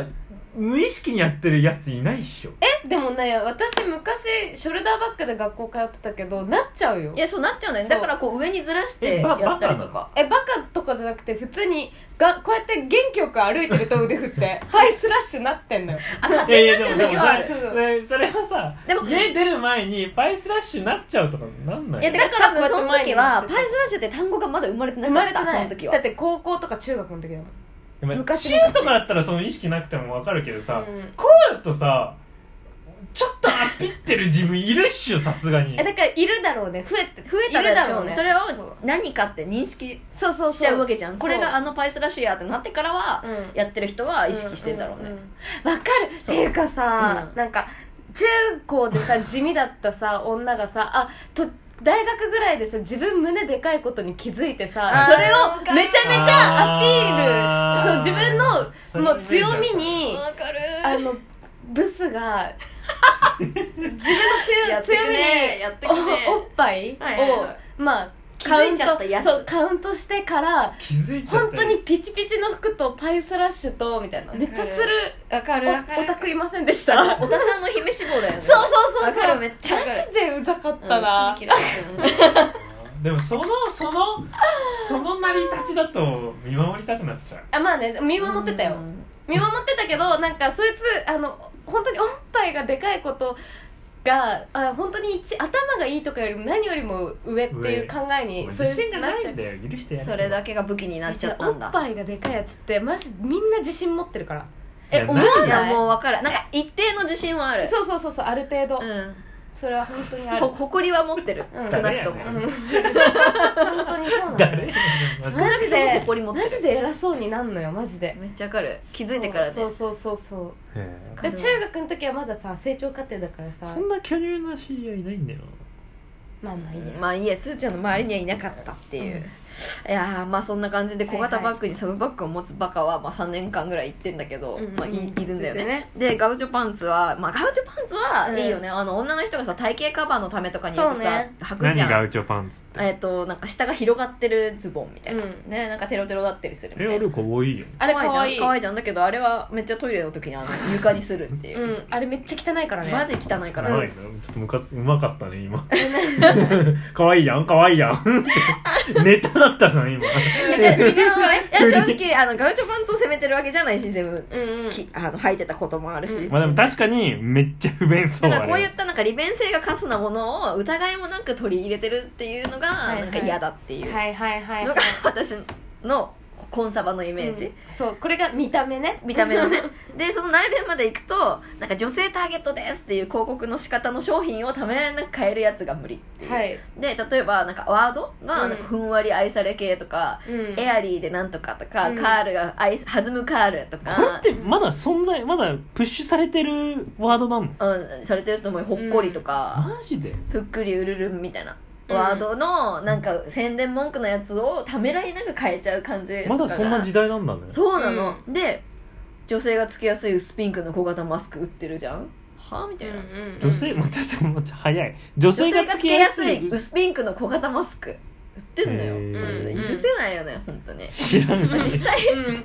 無意識にやってるやついないっしょ。 でもね、私昔ショルダーバッグで学校通ってたけどなっちゃうよ。 いや、そうなっちゃうんだよね。だからこう上にずらしてやったりとか。 バカとかじゃなくて普通にこうやって元気よく歩いてると腕振ってパイスラッシュなってんのよ。 いやでもそれはさ、 でも家出る前にパイスラッシュなっちゃうとかなんない？ いやだから多分その時はパイスラッシュって単語がまだ生まれてなかった。 生まれてない。 その時はだって高校とか中学の時だもん。 昔とかだったらその意識なくても分かるけどさ、こうやとさちょっとアピってる自分いるっしょ、さすがに。 だからいるだろうね。増えたいるだでしょうね。 それを何かって認識しちゃうわけじゃん。これがあのパイスラッシュやってなってからはやってる人は意識してんだろうね。 わかる。っていうかさ、なんか中高でさ地味だったさ女がさ大学ぐらいでさ自分胸でかいことに気づいてさ、それをめちゃめちゃアピール、そう自分のもう強みにブスが自分の強みにおっぱいをまあカウントしてから本当にピチピチの服とパイスラッシュとみたいなめっちゃする。 わかるオタクいませんでした？ おたさんの姫志望だよね。 そうわかる、めっちゃわかる。 マジでうざかったな。 でもその成り立ちだと見守りたくなっちゃう。 まあね、見守ってたよ。見守ってたけど、なんかそいつ本当におっぱいがでかいことが本当に頭がいいとかよりも何よりも上っていう考えに自信がないんだよ。許してやる。 それだけが武器になっちゃったんだ。 おっぱいがでかいやつってマジみんな自信持ってるから。 思わない？もう分かる。なんか一定の自信はある。 そうある程度。それは本当にある。 誇りは持ってる。少なくとも。 本当にそうなんだ。 誰？ マジで偉そうになんのよ、マジで。 めっちゃわかる。気づいてからね。 そうで中学の時はまださ成長過程だからさ。 そんな巨乳な知り合いいないんだよ。 まあいいや、つーちゃんの周りにはいなかったっていう。いやまあそんな感じで小型バッグにサブバッグを持つバカはまあ3年間ぐらい行ってんだけど、まあいるんだよね。でガウチョパンツはいいよね。女の人がさ体型カバーのためとかによくさ履くじゃん。 何ガウチョパンツって？ なんか下が広がってるズボンみたいなね、なんかテロテロだったりするみたいな。 あれかわいいよ。 あれかわいい。 かわいいじゃん。だけどあれはめっちゃトイレの時に床にするっていう。 あれめっちゃ汚いからね。 マジ汚いから。 ちょっとうまかったね今。かわいいやんネタだったじゃん今。 正直ガウチョパンツを責めてるわけじゃないし、全部履いてたこともあるし。 まあでも確かにめっちゃ不便そう。 だからこういったなんか利便性がカスなものを疑いもなく取り入れてるっていうのがなんか嫌だっていうのが私のコンサバのイメージ。 そう、これが見た目のね。 でその内面まで行くとなんか女性ターゲットですっていう広告の仕方の商品をためらいなく買えるやつが無理っていう、で例えばなんかワードがなんかふんわり愛され系とか、エアリーでなんとかとか、カールが弾むカールとか。 これってまだプッシュされてるワードなの？ されてると思う。ほっこりとか、 マジでふっくりうるるんみたいなワードのなんか宣伝文句のやつをためらいなく変えちゃう感じ。 まだそんな時代なんだね。 そうなの。で女性がつけやすい薄ピンクの小型マスク売ってるじゃんはみたいな。 女性もちょっと早い。女性がつけやすい薄ピンクの小型マスク売ってんのよ。マジで許せないよね本当に。 知らんし。 実際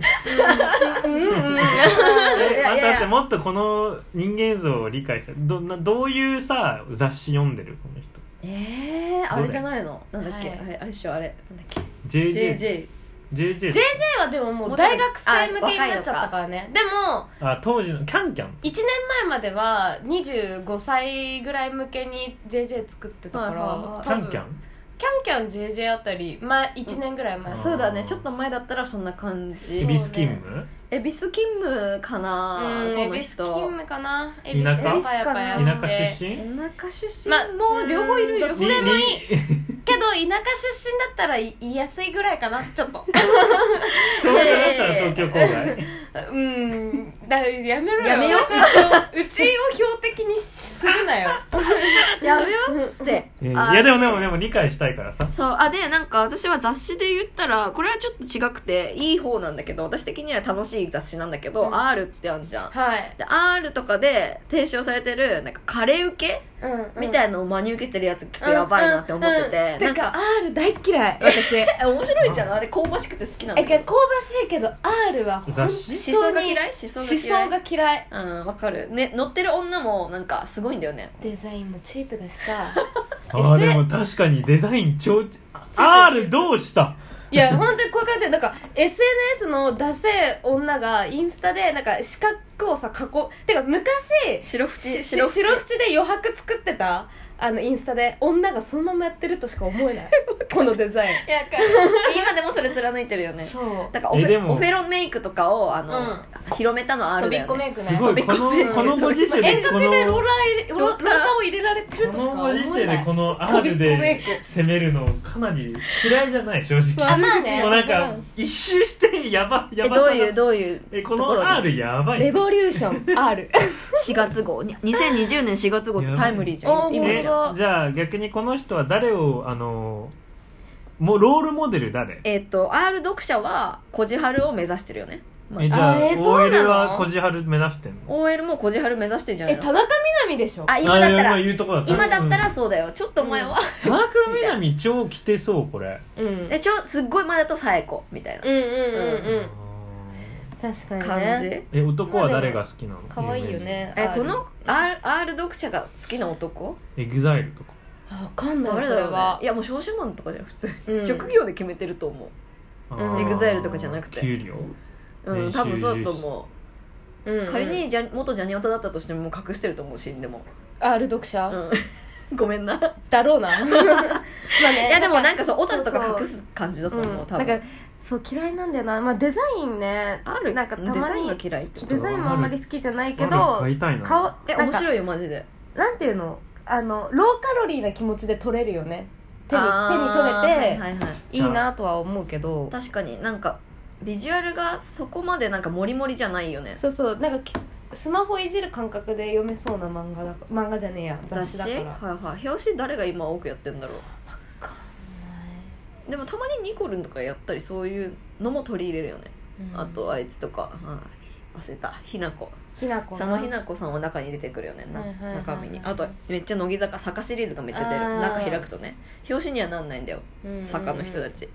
だってもっとこの人間像を理解してどういうさ雑誌読んでるこの人。 あれじゃないの？なんだっけ、あれっしょ、あれなんだっけ、 JJ はでももう大学生向けになっちゃったからね。でも当時のキャンキャン 1年前までは25歳ぐらい向けに JJ 作ってたから、 キャンキャン JJ あたり1年ぐらい前。 そうだね、ちょっと前だったらそんな感じ。 エビス勤務かな。 エビス勤務かな。 田舎出身もう両方いるよ。 どっちでもいいけど田舎出身だったら言いやすいぐらいかな。ちょっと東京だったら東京郊外やめろよ。 やめようちを標的にするなよ。 やめよって。 いやでも理解したいからさ。 そうでなんか私は雑誌で言ったらこれはちょっと違くていい方なんだけど、私的には楽しい雑誌なんだけど、R ってあんじゃん。で R とかで提唱されてるなんかカレ受けみたいのを真に受けてるやつ結構やばいなって思ってて、 なんか R 大っ嫌い私面白いじゃんあれ、香ばしくて好きなんだ香ばしいけど R は本当に思想が嫌い、思想が嫌い。 わかるね。乗ってる女もなんかすごいんだよね。 デザインもチープだしさでも確かにデザイン超R どうしたいや本当にこういう感じで、なんか SNS のダセえ女がインスタでなんか四角をさてか昔白縁で余白作ってたインスタで女がそのままやってるとしか思えないこのデザイン。 いや今でもそれ貫いてるよね。 そうだからオペロメイクとかを広めたのあるんだよね。 飛びっこメイクね。 すごいこのご時世で遠隔でローラーを入れられてるとしか思えない。 このご時世でこの R で攻めるのかなり嫌いじゃない正直。 まあね。 もうなんか一周してやばさがどういうこの R やばい。 レボリューション R 4月号2020年4月号ってタイムリーじゃん。今じゃあ逆にこの人は誰をもうロールモデル誰 R 読者はこじはるを目指してるよね。 じゃあ OL はこじはる目指してんの？ OL もこじはる目指してんじゃないの？ 田中みな実でしょ。 今だったら言うとこだった。 今だったらそうだよ。ちょっと前は田中みな実超着てそうこれ。 すっごい前だとさえこみたいな確かに感ね。 じ。 男は誰が好きなの？ 可愛いよね。 この R 読者が好きな男 ？EXILE とか。 わかんない。 誰だろうね。いやもう商社マンとかじゃ普通職業で決めてると思う。EXILE とかじゃなくて給料？ 多分そうだと思う。仮に元ジャニオタだったとしてももう隠してると思うし、でも R 読者ごめんなだろうな。まあね。 いやでもなんかそうオタクとか隠す感じだと思う。多分なんかそう嫌いなんだよな。まあデザインね、なんかたまにデザインが嫌いってデザインもあんまり好きじゃないけど、 買いたいな。 面白いよマジで。 なんていうの、ローカロリーな気持ちで撮れるよね。手に取れていいなとは思うけど、 確かになんかビジュアルがそこまでなんかモリモリじゃないよね。 そうそう、なんかスマホいじる感覚で読めそうな漫画じゃねえや、雑誌だから。 はいはい。表紙誰が今多くやってんだろう。 分かんない。 でもたまにニコルンとかやったりそういうのも取り入れるよね。あとあいつとか、忘れた、ひなこ佐野ひなこさんは中に出てくるよね、中身に。あとめっちゃ乃木坂シリーズがめっちゃ出る。中開くとね表紙にはなんないんだよ、坂の人たち。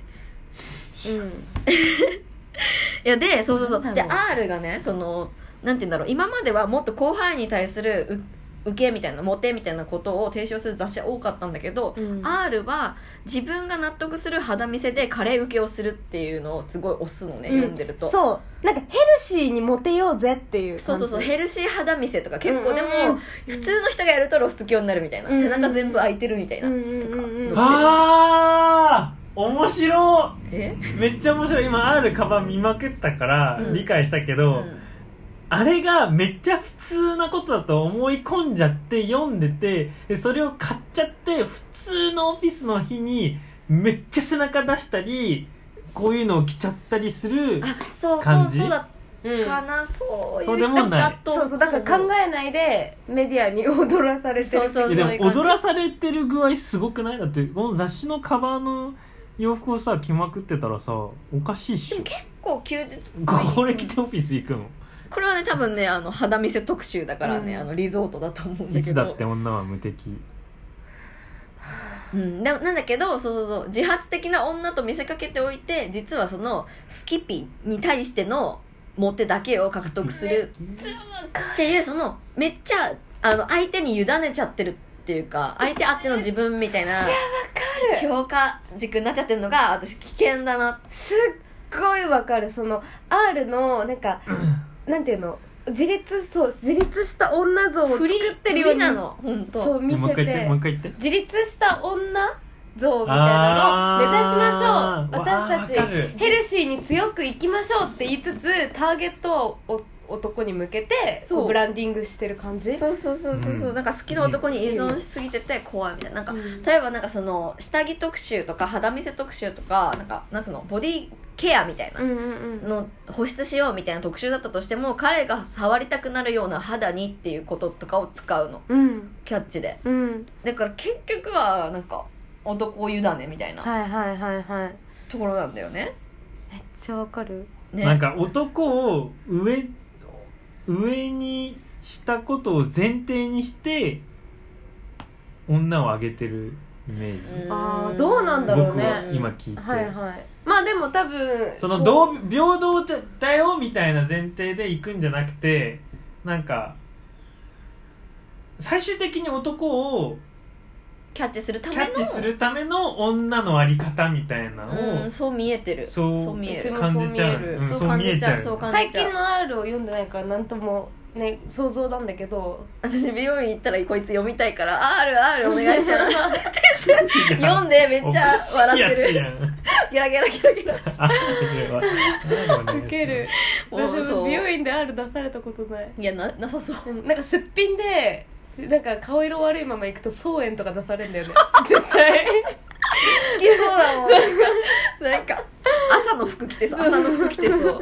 いやでそうで R がね、そのなんて言うんだろう、今まではもっと後輩に対する受けみたいなモテみたいなことを提唱する雑誌は多かったんだけど、R は自分が納得する肌見せでカレー受けをするっていうのをすごい推すのね、読んでると。 そうなんかヘルシーにモテようぜっていう感じ。 そうヘルシー肌見せとか結構でも、普通の人がやるとロスト教になるみたいな、背中全部開いてるみたいなとか。 面白い。 めっちゃ面白い。今 R カバン見まくったから理解したけど、あれがめっちゃ普通なことだと思い込んじゃって読んでて、でそれを買っちゃって、普通のオフィスの日にめっちゃ背中出したりこういうのを着ちゃったりする感じ。 そうだかな、そういう人だと。そうだから考えないでメディアに踊らされてる。 でも踊らされてる具合すごくない？だってこの雑誌のカバーの洋服をさ着まくってたらさおかしいっしょ。 でも結構休日っぽい。 これ着てオフィス行くの？これはね多分ね肌見せ特集だからね、リゾートだと思うんだけど。 いつだって女は無敵。 なんだけどそう自発的な女と見せかけておいて、実はそのスキピに対してのモテだけを獲得するっていう、そのめっちゃ相手に委ねちゃってるっていうか、相手あっての自分みたいな評価軸になっちゃってるのが私危険だな。 すっごいわかる。その R のなんかなんていうの、自立した女像を作ってるようなの、本当そう見せて、 もう一回言って。 自立した女像みたいなのを目指しましょう、私たちヘルシーに強く生きましょうって言いつつ、ターゲットを男に向けてブランディングしてる感じ。 そうなんか好きな男に依存しすぎてて怖いみたいな。なんか例えばなんかその下着特集とか肌見せ特集とか、なんつうのボディケアみたいなの保湿しようみたいな特集だったとしても、彼が触りたくなるような肌にっていうこととかを使うの、キャッチで、だから結局はなんか男委ねみたいなところなんだよね。 めっちゃわかる、 ね、なんか男を上にしたことを前提にして女を上げてるイメージ。 ああどうなんだろうね。 僕は今聞いて、 はいはい。まあでも多分その平等だよみたいな前提で行くんじゃなくて、なんか最終的に男をキャッチするための女のあり方みたいなのを、 そう見えてる。 そう見える。 感じちゃう。 そう感じちゃう。 最近の R を読んでないからなんともね想像なんだけど、 私美容院行ったらこいつ読みたいから R お願いしますって言って読んでめっちゃ笑ってる。ギラギラギラギラ。 ウケる。私も美容院で R 出されたことない。 いやなさそう。 なんかすっぴんでなんか顔色悪いまま行くと草園とか出されるんだよね。絶対好きそうだもん。なんか朝の服着てそう。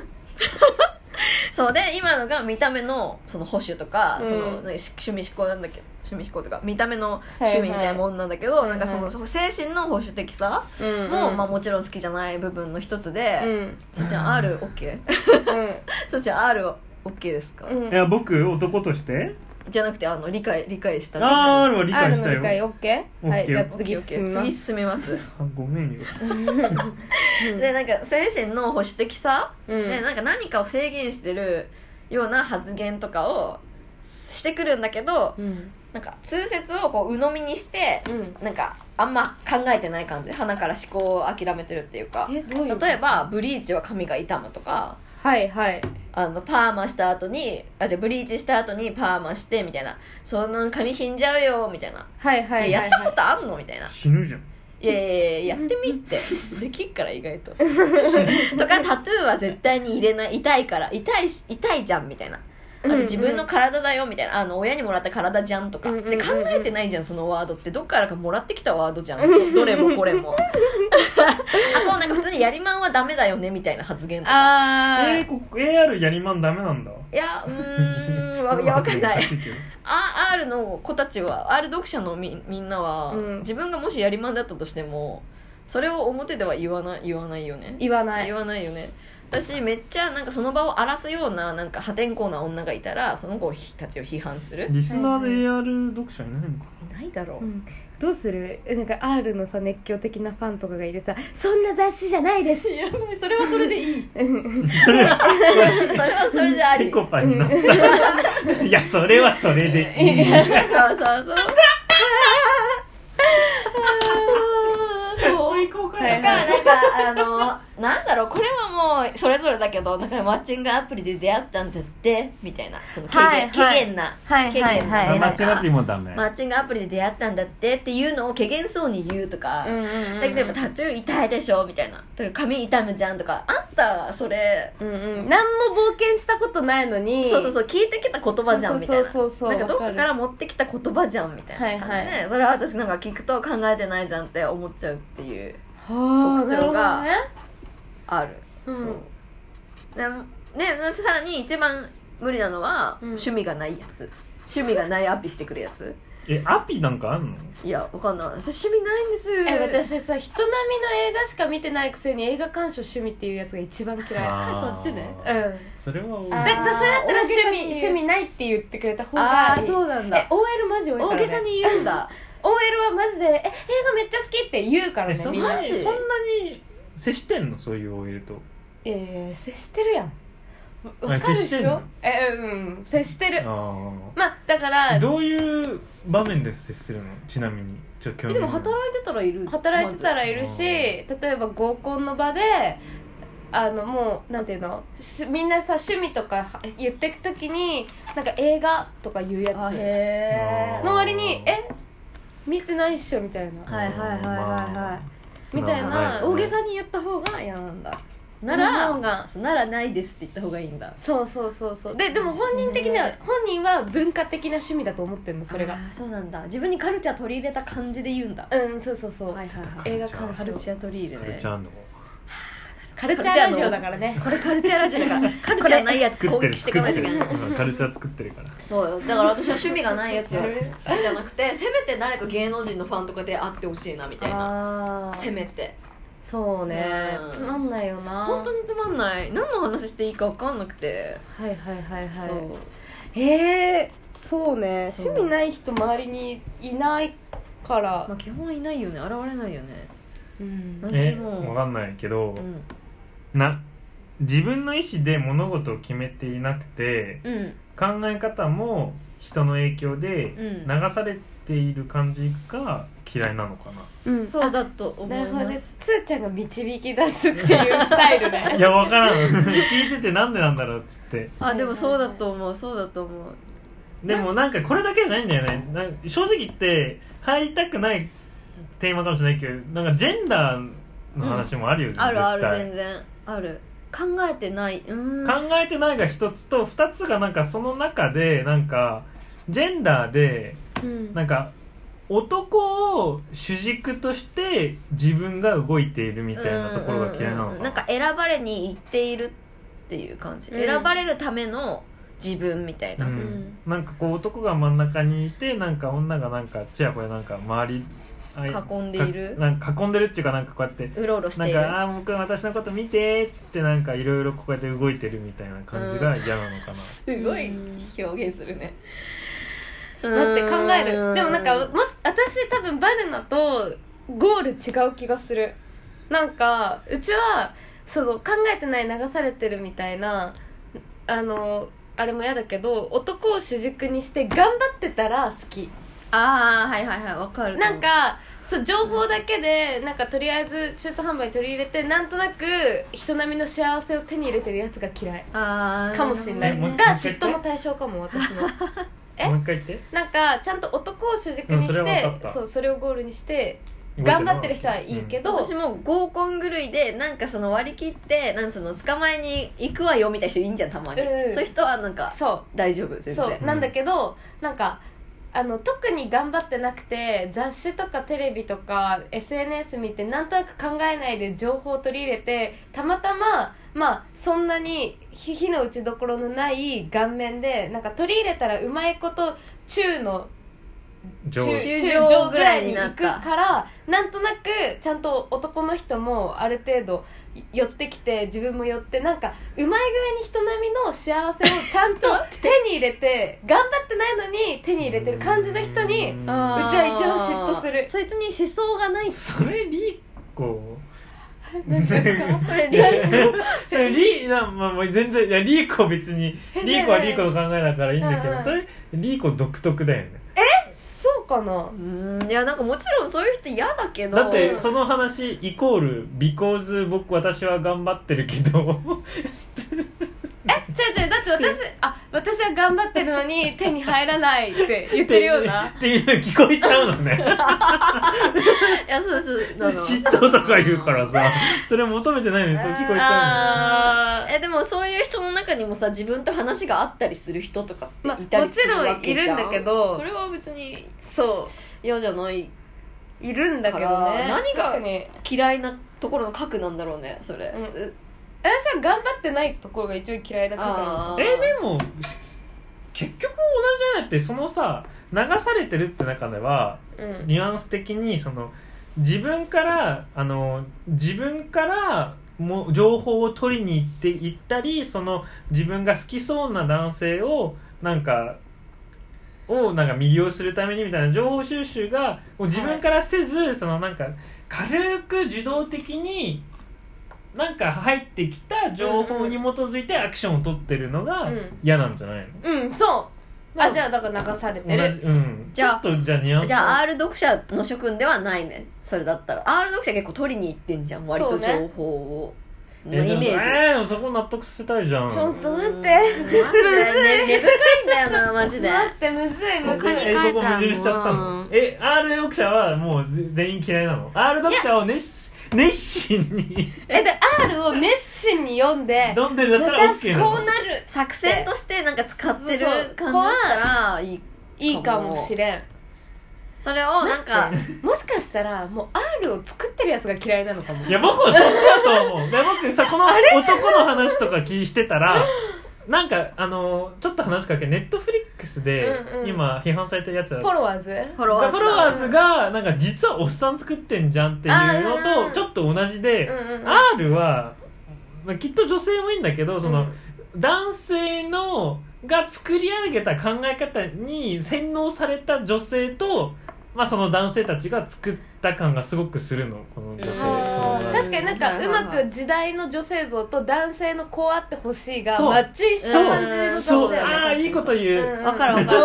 そうで今のが見た目のその保守とか、その趣味思考なんだけど、趣味思考とか見た目の趣味みたいなもんなんだけど、なんかその精神の保守的さも、まあもちろん好きじゃない部分の一つで、さっちゃん R OK？ さっちゃん R OK ですか？ いや僕男としてじゃなくて理解した。 R は理解したよ。 R の理解 OK？ はい、じゃあ次進めます。 ごめんよ。 でなんか精神の保守的さ、でなんか何かを制限してるような発言とかをしてくるんだけど、なんか通説をこう鵜呑みにして、なんかあんま考えてない感じ、鼻から思考を諦めてるっていうか、例えばブリーチは髪が傷むとか、 はいはい、 パーマした後にじゃあブリーチした後にパーマしてみたいな、そんな髪死んじゃうよみたいな、 はいはいはい、 やったことあんのみたいな、 死ぬじゃん。 いややってみってできっから意外ととかタトゥーは絶対に入れない、痛いから痛いじゃんみたいな、あと自分の体だよみたいな、親にもらった体じゃんとか、で考えてないじゃんそのワードって、どっからかもらってきたワードじゃん、どれもこれもあとなんか普通にやりまんはダメだよねみたいな発言とか、 AR やりまんダメなんだ。 いやわかんないR の子たちは R 読者のみんなは、自分がもしやりまんだったとしてもそれを表では言わないよね。言わないよね。私めっちゃなんかその場を荒らすようななんか破天荒な女がいたらその子たちを批判する。 リスナーで AR 読者いないのかな。いないだろう、 どうする？なんか R のさ熱狂的なファンとかがいてさ、そんな雑誌じゃないです。 やばい、それはそれでいいそれはそれであり。 ピコパになったいやそれはそれでいいそうとかなんかなんだろう、これはもうそれぞれだけど、なんかマッチングアプリで出会ったんだってみたいな、その軽減なマッチングアプリもダメ、 マッチングアプリで出会ったんだってっていうのを軽減そうに言うとか、だけどタトゥー痛いでしょみたいな、髪痛むじゃんとか、あんたそれ何も冒険したことないのに、 そう聞いてきた言葉じゃんみたいな、なんかどっかから持ってきた言葉じゃんみたいな感じで、それは私なんか聞くと考えてないじゃんって思っちゃうっていう特徴がある。そうでさらに一番無理なのは、趣味がないやつ、趣味がないアピしてくるやつ。 アピなんかあんの？ いやわかんない、私趣味ないんです。 私さ、人並みの映画しか見てないくせに映画鑑賞趣味っていうやつが一番嫌い。 そっちね。 それはそれだったら趣味ないって言ってくれた方がいい。 そうなんだ。 OL マジ多いからね。 大げさに言うんだ OL はマジで映画めっちゃ好きって言うからね。みんなそんなに接してんの？そういう OL と。 接してるやん。わかるでしょ？接してる。まあだからどういう場面で接するの？ちなみにちょっと興味。 でも働いてたらいる。 働いてたらいるし、例えば合コンの場でもうなんていうの、みんなさ趣味とか言ってくときになんか映画とか言うやつの割に見てないっしょみたいな。みたいな大げさに言った方が嫌なんだ。ならないですって言った方がいいんだ。 そうでも本人は文化的な趣味だと思ってるの、それが。 そうなんだ。自分にカルチャー取り入れた感じで言うんだ。 そう映画カルチャー取り入れね。 カルチャーラジオだからね。 これカルチャーラジオだからカルチャーないやつ攻撃していかないといけない。 カルチャー作ってるから。 そうだから私は趣味がないやつ好きじゃなくて、せめて誰か芸能人のファンとかで会ってほしいなみたいな。せめて。 そうね、つまんないよな。 本当につまんない。何の話していいか分かんなくて。 そうね、趣味ない人周りにいないから、 まあ、基本いないよね、現れないよね。 分かんないけど、自分の意思で物事を決めていなくて、考え方も人の影響で流されている感じが嫌いなのかな。 そうだと思います。なるほどね。 つーちゃんが導き出すっていうスタイルね。 いや分からん聞いててなんでなんだろうっつって。 でもそうだと思う、そうだと思う。 でもなんかこれだけじゃないんだよね。正直言って入りたくないテーマかもしれないけど、なんかジェンダーの話もあるよね、 あるある、全然ある。考えてない、考えてないが一つと、二つがなんかその中でなんかジェンダーでなんか男を主軸として自分が動いているみたいなところが嫌いなのかな。 なんか選ばれに行っているっていう感じ、選ばれるための自分みたいな、 なんかこう男が真ん中にいて、なんか女がなんかちやほやなんか周り囲んでいる、 なんか囲んでるっていうか、なんかこうやってうろうろしている、 なんか僕私のこと見てっつってなんかいろいろこうやって動いてるみたいな感じが嫌なのかな。 すごい表現するね。 待って考える。でもなんか私多分バルナとゴール違う気がする。なんかうちはその考えてない流されてるみたいなあれも嫌だけど、男を主軸にして頑張ってたら好き。 はいはいはい、わかる。 なんかそう情報だけでなんかとりあえず中途販売取り入れて、なんとなく人並みの幸せを手に入れてるやつが嫌いかもしれない。が嫉妬の対象かも、私の。 もう一回言って。 なんかちゃんと男を主軸にして、それをゴールにして頑張ってる人はいいけど、 私も合コン狂いでなんかその割り切ってなんつうの捕まえに行くわよみたいな人いいんじゃん、たまに。そういう人はなんか大丈夫、全然。 そうなんだけど、なんか特に頑張ってなくて雑誌とかテレビとか SNS 見てなんとなく考えないで情報を取り入れて、たまたまそんなに火の打ちどころのない顔面でなんか取り入れたらうまいこと中上ぐらいに行くから、なんとなくちゃんと男の人もある程度寄ってきて、自分も寄って、なんかうまい具合に人並みの幸せをちゃんと手に入れて頑張ってないのに手に入れてる感じの人にうちは一番嫉妬する。 そいつに思想がない。 それリーコ何ですかそれリーコそれ全然、いやリーコ別にリーコはリーコの考えだからいいんだけど、それリーコ独特だよね。 そうかな。 いやなんかもちろんそういう人嫌だけど、 だってその話イコール because 私は頑張ってるけど違うだって私は頑張ってるのに手に入らないって言ってるようなっていうの聞こえちゃうのね。 いやそう嫉妬とか言うからさ、それ求めてないのにそう聞こえちゃうの。 でもそういう人の中にもさ、自分と話があったりする人とかっていたりするわけじゃん。 もちろんいるんだけど、 それは別に嫌じゃない。 いるんだけどね。 何が嫌いなところの核なんだろうね、それ。 私は頑張ってないところが一番嫌いな核なの。 でも結局同じじゃないって、そのさ流されてるって中では、ニュアンス的にその自分からも情報を取りに行ったり、その自分が好きそうな男性をなんか魅了するためにみたいな情報収集が自分からせず、そのなんか軽く受動的になんか入ってきた情報に基づいてアクションを取ってるのが嫌なんじゃないの？ そう。じゃあだから流されてる。 じゃあちょっとじゃあニュアンス。 じゃあ R 読者の諸君ではないね。それだったら R 読者結構取りに行ってんじゃん、割と情報を。のイメージ。 そこ納得させたいじゃん。 ちょっと待って。むずい。 根深いんだよな、マジで。 待ってむずい。 他に書いたここ矛盾しちゃったの。R 読者はもう全員嫌いなの？ R 読者を熱心に R を熱心に読んでるんだったら OK なの？ 私こうなる作戦としてなんか使ってる感じだったらいいかもしれん。 それをなんかもしかしたらもう R を作ってるやつが嫌いなのかも。 いや僕はそっちだと思う。で僕さ、この男の話とか聞いてたらなんかちょっと話しかけ、ネットフリックスで今批判されてるやつはフォロワーズがなんか実はおっさん作ってんじゃんっていうのとちょっと同じで、R はきっと女性もいいんだけど、その男性のが作り上げた考え方に洗脳された女性とまあ、その男性たちが作った感がすごくするのこの女性。 確かになんかうまく時代の女性像と男性のこうあってほしいがマッチした感じの女性そう、 だよね。 ああいいこと言う。 わかるわかる。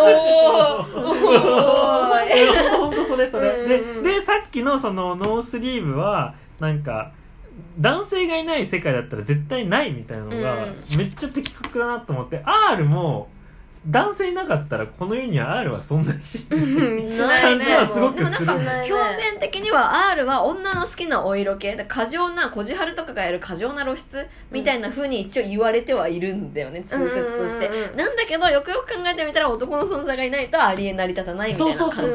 ほんとそれそれ。でさっきのそのノースリーブはなんか男性がいない世界だったら絶対ないみたいなのがめっちゃ的確だなと思って、R も男性いなかったらこの世には R は存在しない感じはすごくする。 表面的には R は女の好きなお色気で過剰なこじはるとかがやる過剰な露出みたいな風に一応言われてはいるんだよね、通説として。なんだけどよくよく考えてみたら男の存在がいないとありえ成り立たないみたいな感じ。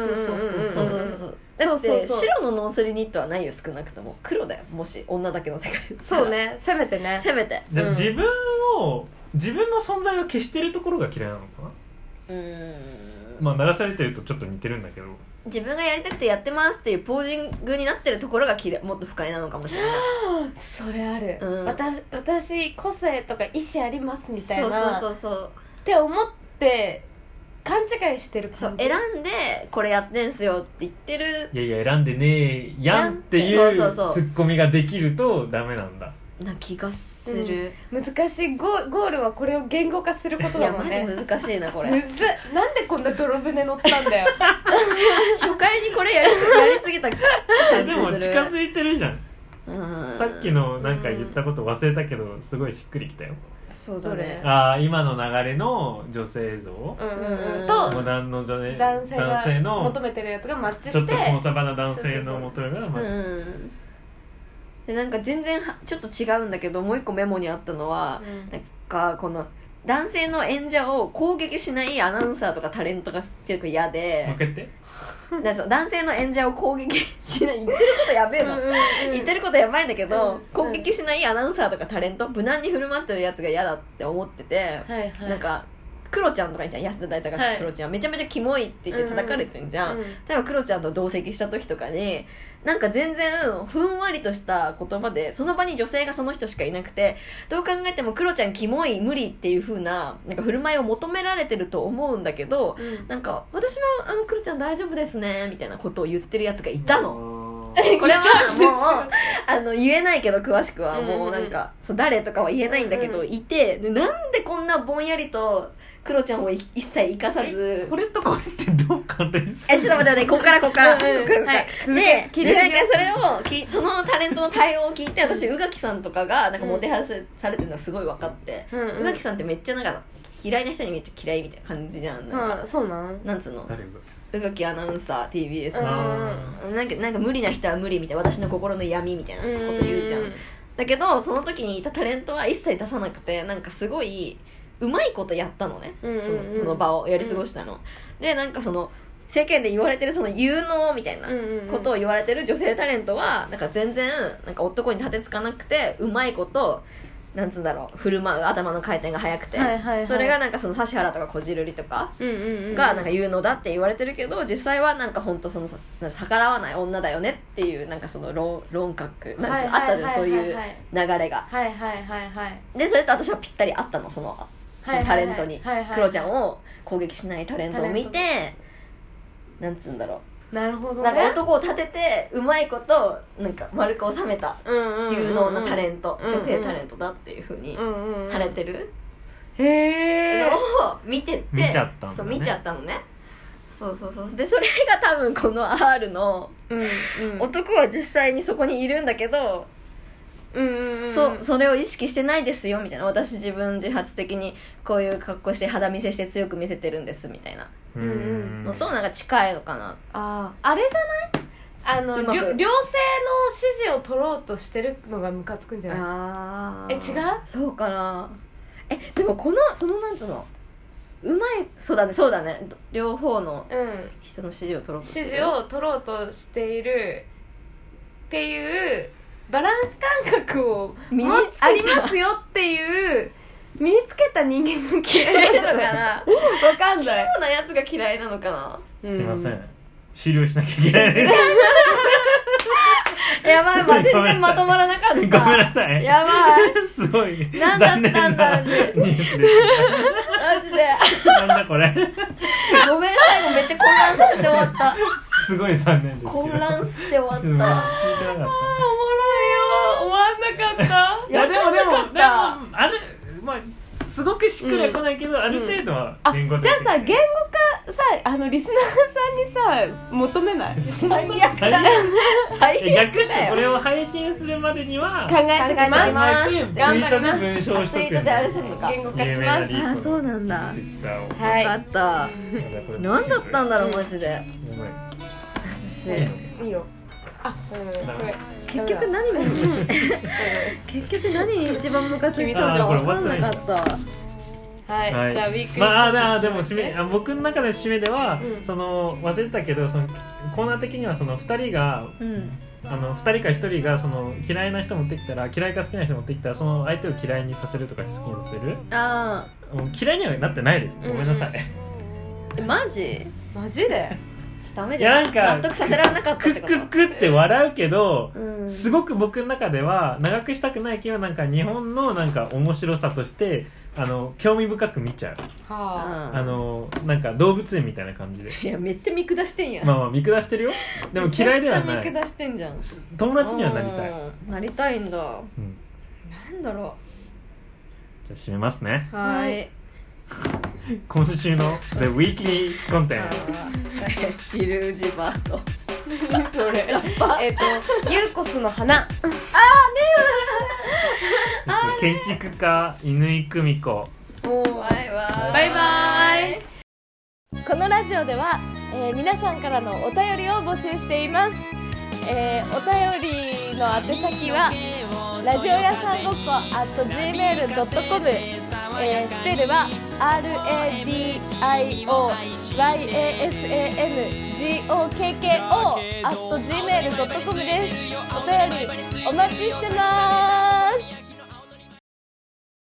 だって白のノースリニットはないよ、少なくとも黒だよ、もし女だけの世界。 そうね、せめてね、 せめて。 自分の存在を消してるところが嫌いなのかな。まあ流されてるとちょっと似てるんだけど、 自分がやりたくてやってますっていうポージングになってるところがもっと不快なのかもしれない。 それある、私個性とか意思ありますみたいなそうって思って勘違いしてる感じ。 選んでこれやってんすよって言ってる。 いやいや選んでねえやんっていうツッコミができるとダメなんだな気がする、 難しい。ゴールはこれを言語化することだもんね。 いやマジ難しいなこれ。 むずっ、なんでこんな泥船乗ったんだよ初回にこれやりすぎた感じする。 でも近づいてるじゃん。さっきのなんか言ったこと忘れたけどすごいしっくりきたよ。 そうだね。 今の流れの女性像とモダンの男性の求めてるやつがマッチして、 ちょっとコンサバな男性の求めがマッチ。 でなんか全然ちょっと違うんだけど、もう一個メモにあったのは、なんかこの男性の演者を攻撃しないアナウンサーとかタレントがっていうか嫌で、 負けて男性の演者を攻撃しない、言ってることやべえの言ってることやばいんだけど、攻撃しないアナウンサーとかタレント、無難に振る舞ってるやつが嫌だって思ってて、なんかクロちゃんとかいいじゃん、安田大サがクロちゃん、めちゃめちゃキモいって言って叩かれてるじゃん。例えばクロちゃんと同席した時とかになんか全然ふんわりとした言葉で、その場に女性がその人しかいなくて、どう考えてもクロちゃんキモい無理っていう風ななんか振る舞いを求められてると思うんだけど、なんか私はクロちゃん大丈夫ですねみたいなことを言ってるやつがいたの。これはもう言えないけど詳しくはもうなんか誰とかは言えないんだけどいて、なんでこんなぼんやりとクロちゃんを一切生かさず、 これとこれってどう関連する？ ちょっと待ってこっからでなんかそれをそのタレントの対応を聞いて、私宇垣さんとかがなんかもてはやされてるのがすごい分かって、宇垣さんってめっちゃなんか嫌いな人にめっちゃ嫌いみたいな感じじゃん。なんかそうなんつうの、宇垣アナウンサー TBS のなんか無理な人は無理みたいな、私の心の闇みたいなこと言うじゃん。だけどその時にいたタレントは一切出さなくて、なんかすごいうまいことやったのね、その場をやり過ごしたの、でなんかその世間で言われてるその有能みたいなことを言われてる女性タレントはなんか全然なんか男に立てつかなくて、うまいことなんつうんだろう、振る舞う頭の回転が速くて、それがなんかその指原とかこじるりとかがなんか有能だって言われてるけど、実際はなんか本当その逆らわない女だよねっていうなんかその論客なんあったじゃん、そういう流れが。でそれと私はぴったりあったの、そのタレントに、クロちゃんを攻撃しないタレントを見て、なんつうんだろう、 なるほどね、 なんか男を立ててうまいことなんか丸く収めた有能なタレント、女性タレントだっていう風にされてるのを見てて、 見ちゃったんだね。 そう見ちゃったのね。そうでそれが多分この R の男は実際にそこにいるんだけど、それを意識してないですよみたいな、私自分自発的にこういう格好して肌見せして強く見せてるんですみたいなのとなんか近いのかな。 あれじゃない、両性の支持を取ろうとしてるのがムカつくんじゃない？違う？ そうかな。でもそのなんつうの、うまい、そうだね両方の人の支持を取ろうとしてる、 支持を取ろうとしているっていうバランス感覚をありますよっていう身につけた人間が嫌いなのかなわかんない。 器用なやつが嫌いなのかな。 すいません、終了しなきゃいけないですやばい、全然まとまらなかった。ごめんなさい。 やばい。 すごい残念なニュースです。 マジで。 なんだこれ。 ごめん最後めっちゃ混乱させて終わったすごい残念ですけど混乱して終わった聞いてなかっおもろいよ終わんなかったた。いやでもあれまあすごくしっくりは来ないけど、ある程度は言語的じゃあさ言語化さリスナーさんにさ求めない最悪だ最悪逆してだよこれを配信するまでには考えてきますますツイートで文章しとくツイートであれするのか言語化し有名なますリーコのあそうなんだツイッターをはい分かった何だったんだろうマジでやばい私いいよこれ結局何に結局何に一番ムカついたのか分かんなかったはい、 はいじゃあウィークまあでも僕の中で締めでは、 うんその忘れてたけどそのコーナー的にはその2人がうん 2人か1人がその嫌いな人持ってきたら嫌いか好きな人持ってきたらその相手を嫌いにさせるとか好きにさせるあもう嫌いにはなってないですごめんなさい、 ーマジマジでダメじゃんいやなんか納得させられなかったクッってことクックって笑うけど、 うんすごく僕の中では長くしたくないけどなんか日本のなんか面白さとして興味深く見ちゃうはなんか動物園みたいな感じでいやめっちゃ見下してんやんまあ見下してるよでも嫌いではないめっちゃ見下してんじゃん友達にはなりたい、 うんなりたいんだうん、 なんだろじゃあ締めますねうはい今週の The Weekly Content ビルジバートそれユーコスの花建築家乾久美子バイバイバイバイこのラジオでは、皆さんからのお便りを募集しています、お便りの宛先はラジオ屋さんごっこ @gmail.com、スペルは RADIOYASANGOKKO @gmail.com です。お便りお待ちしてます。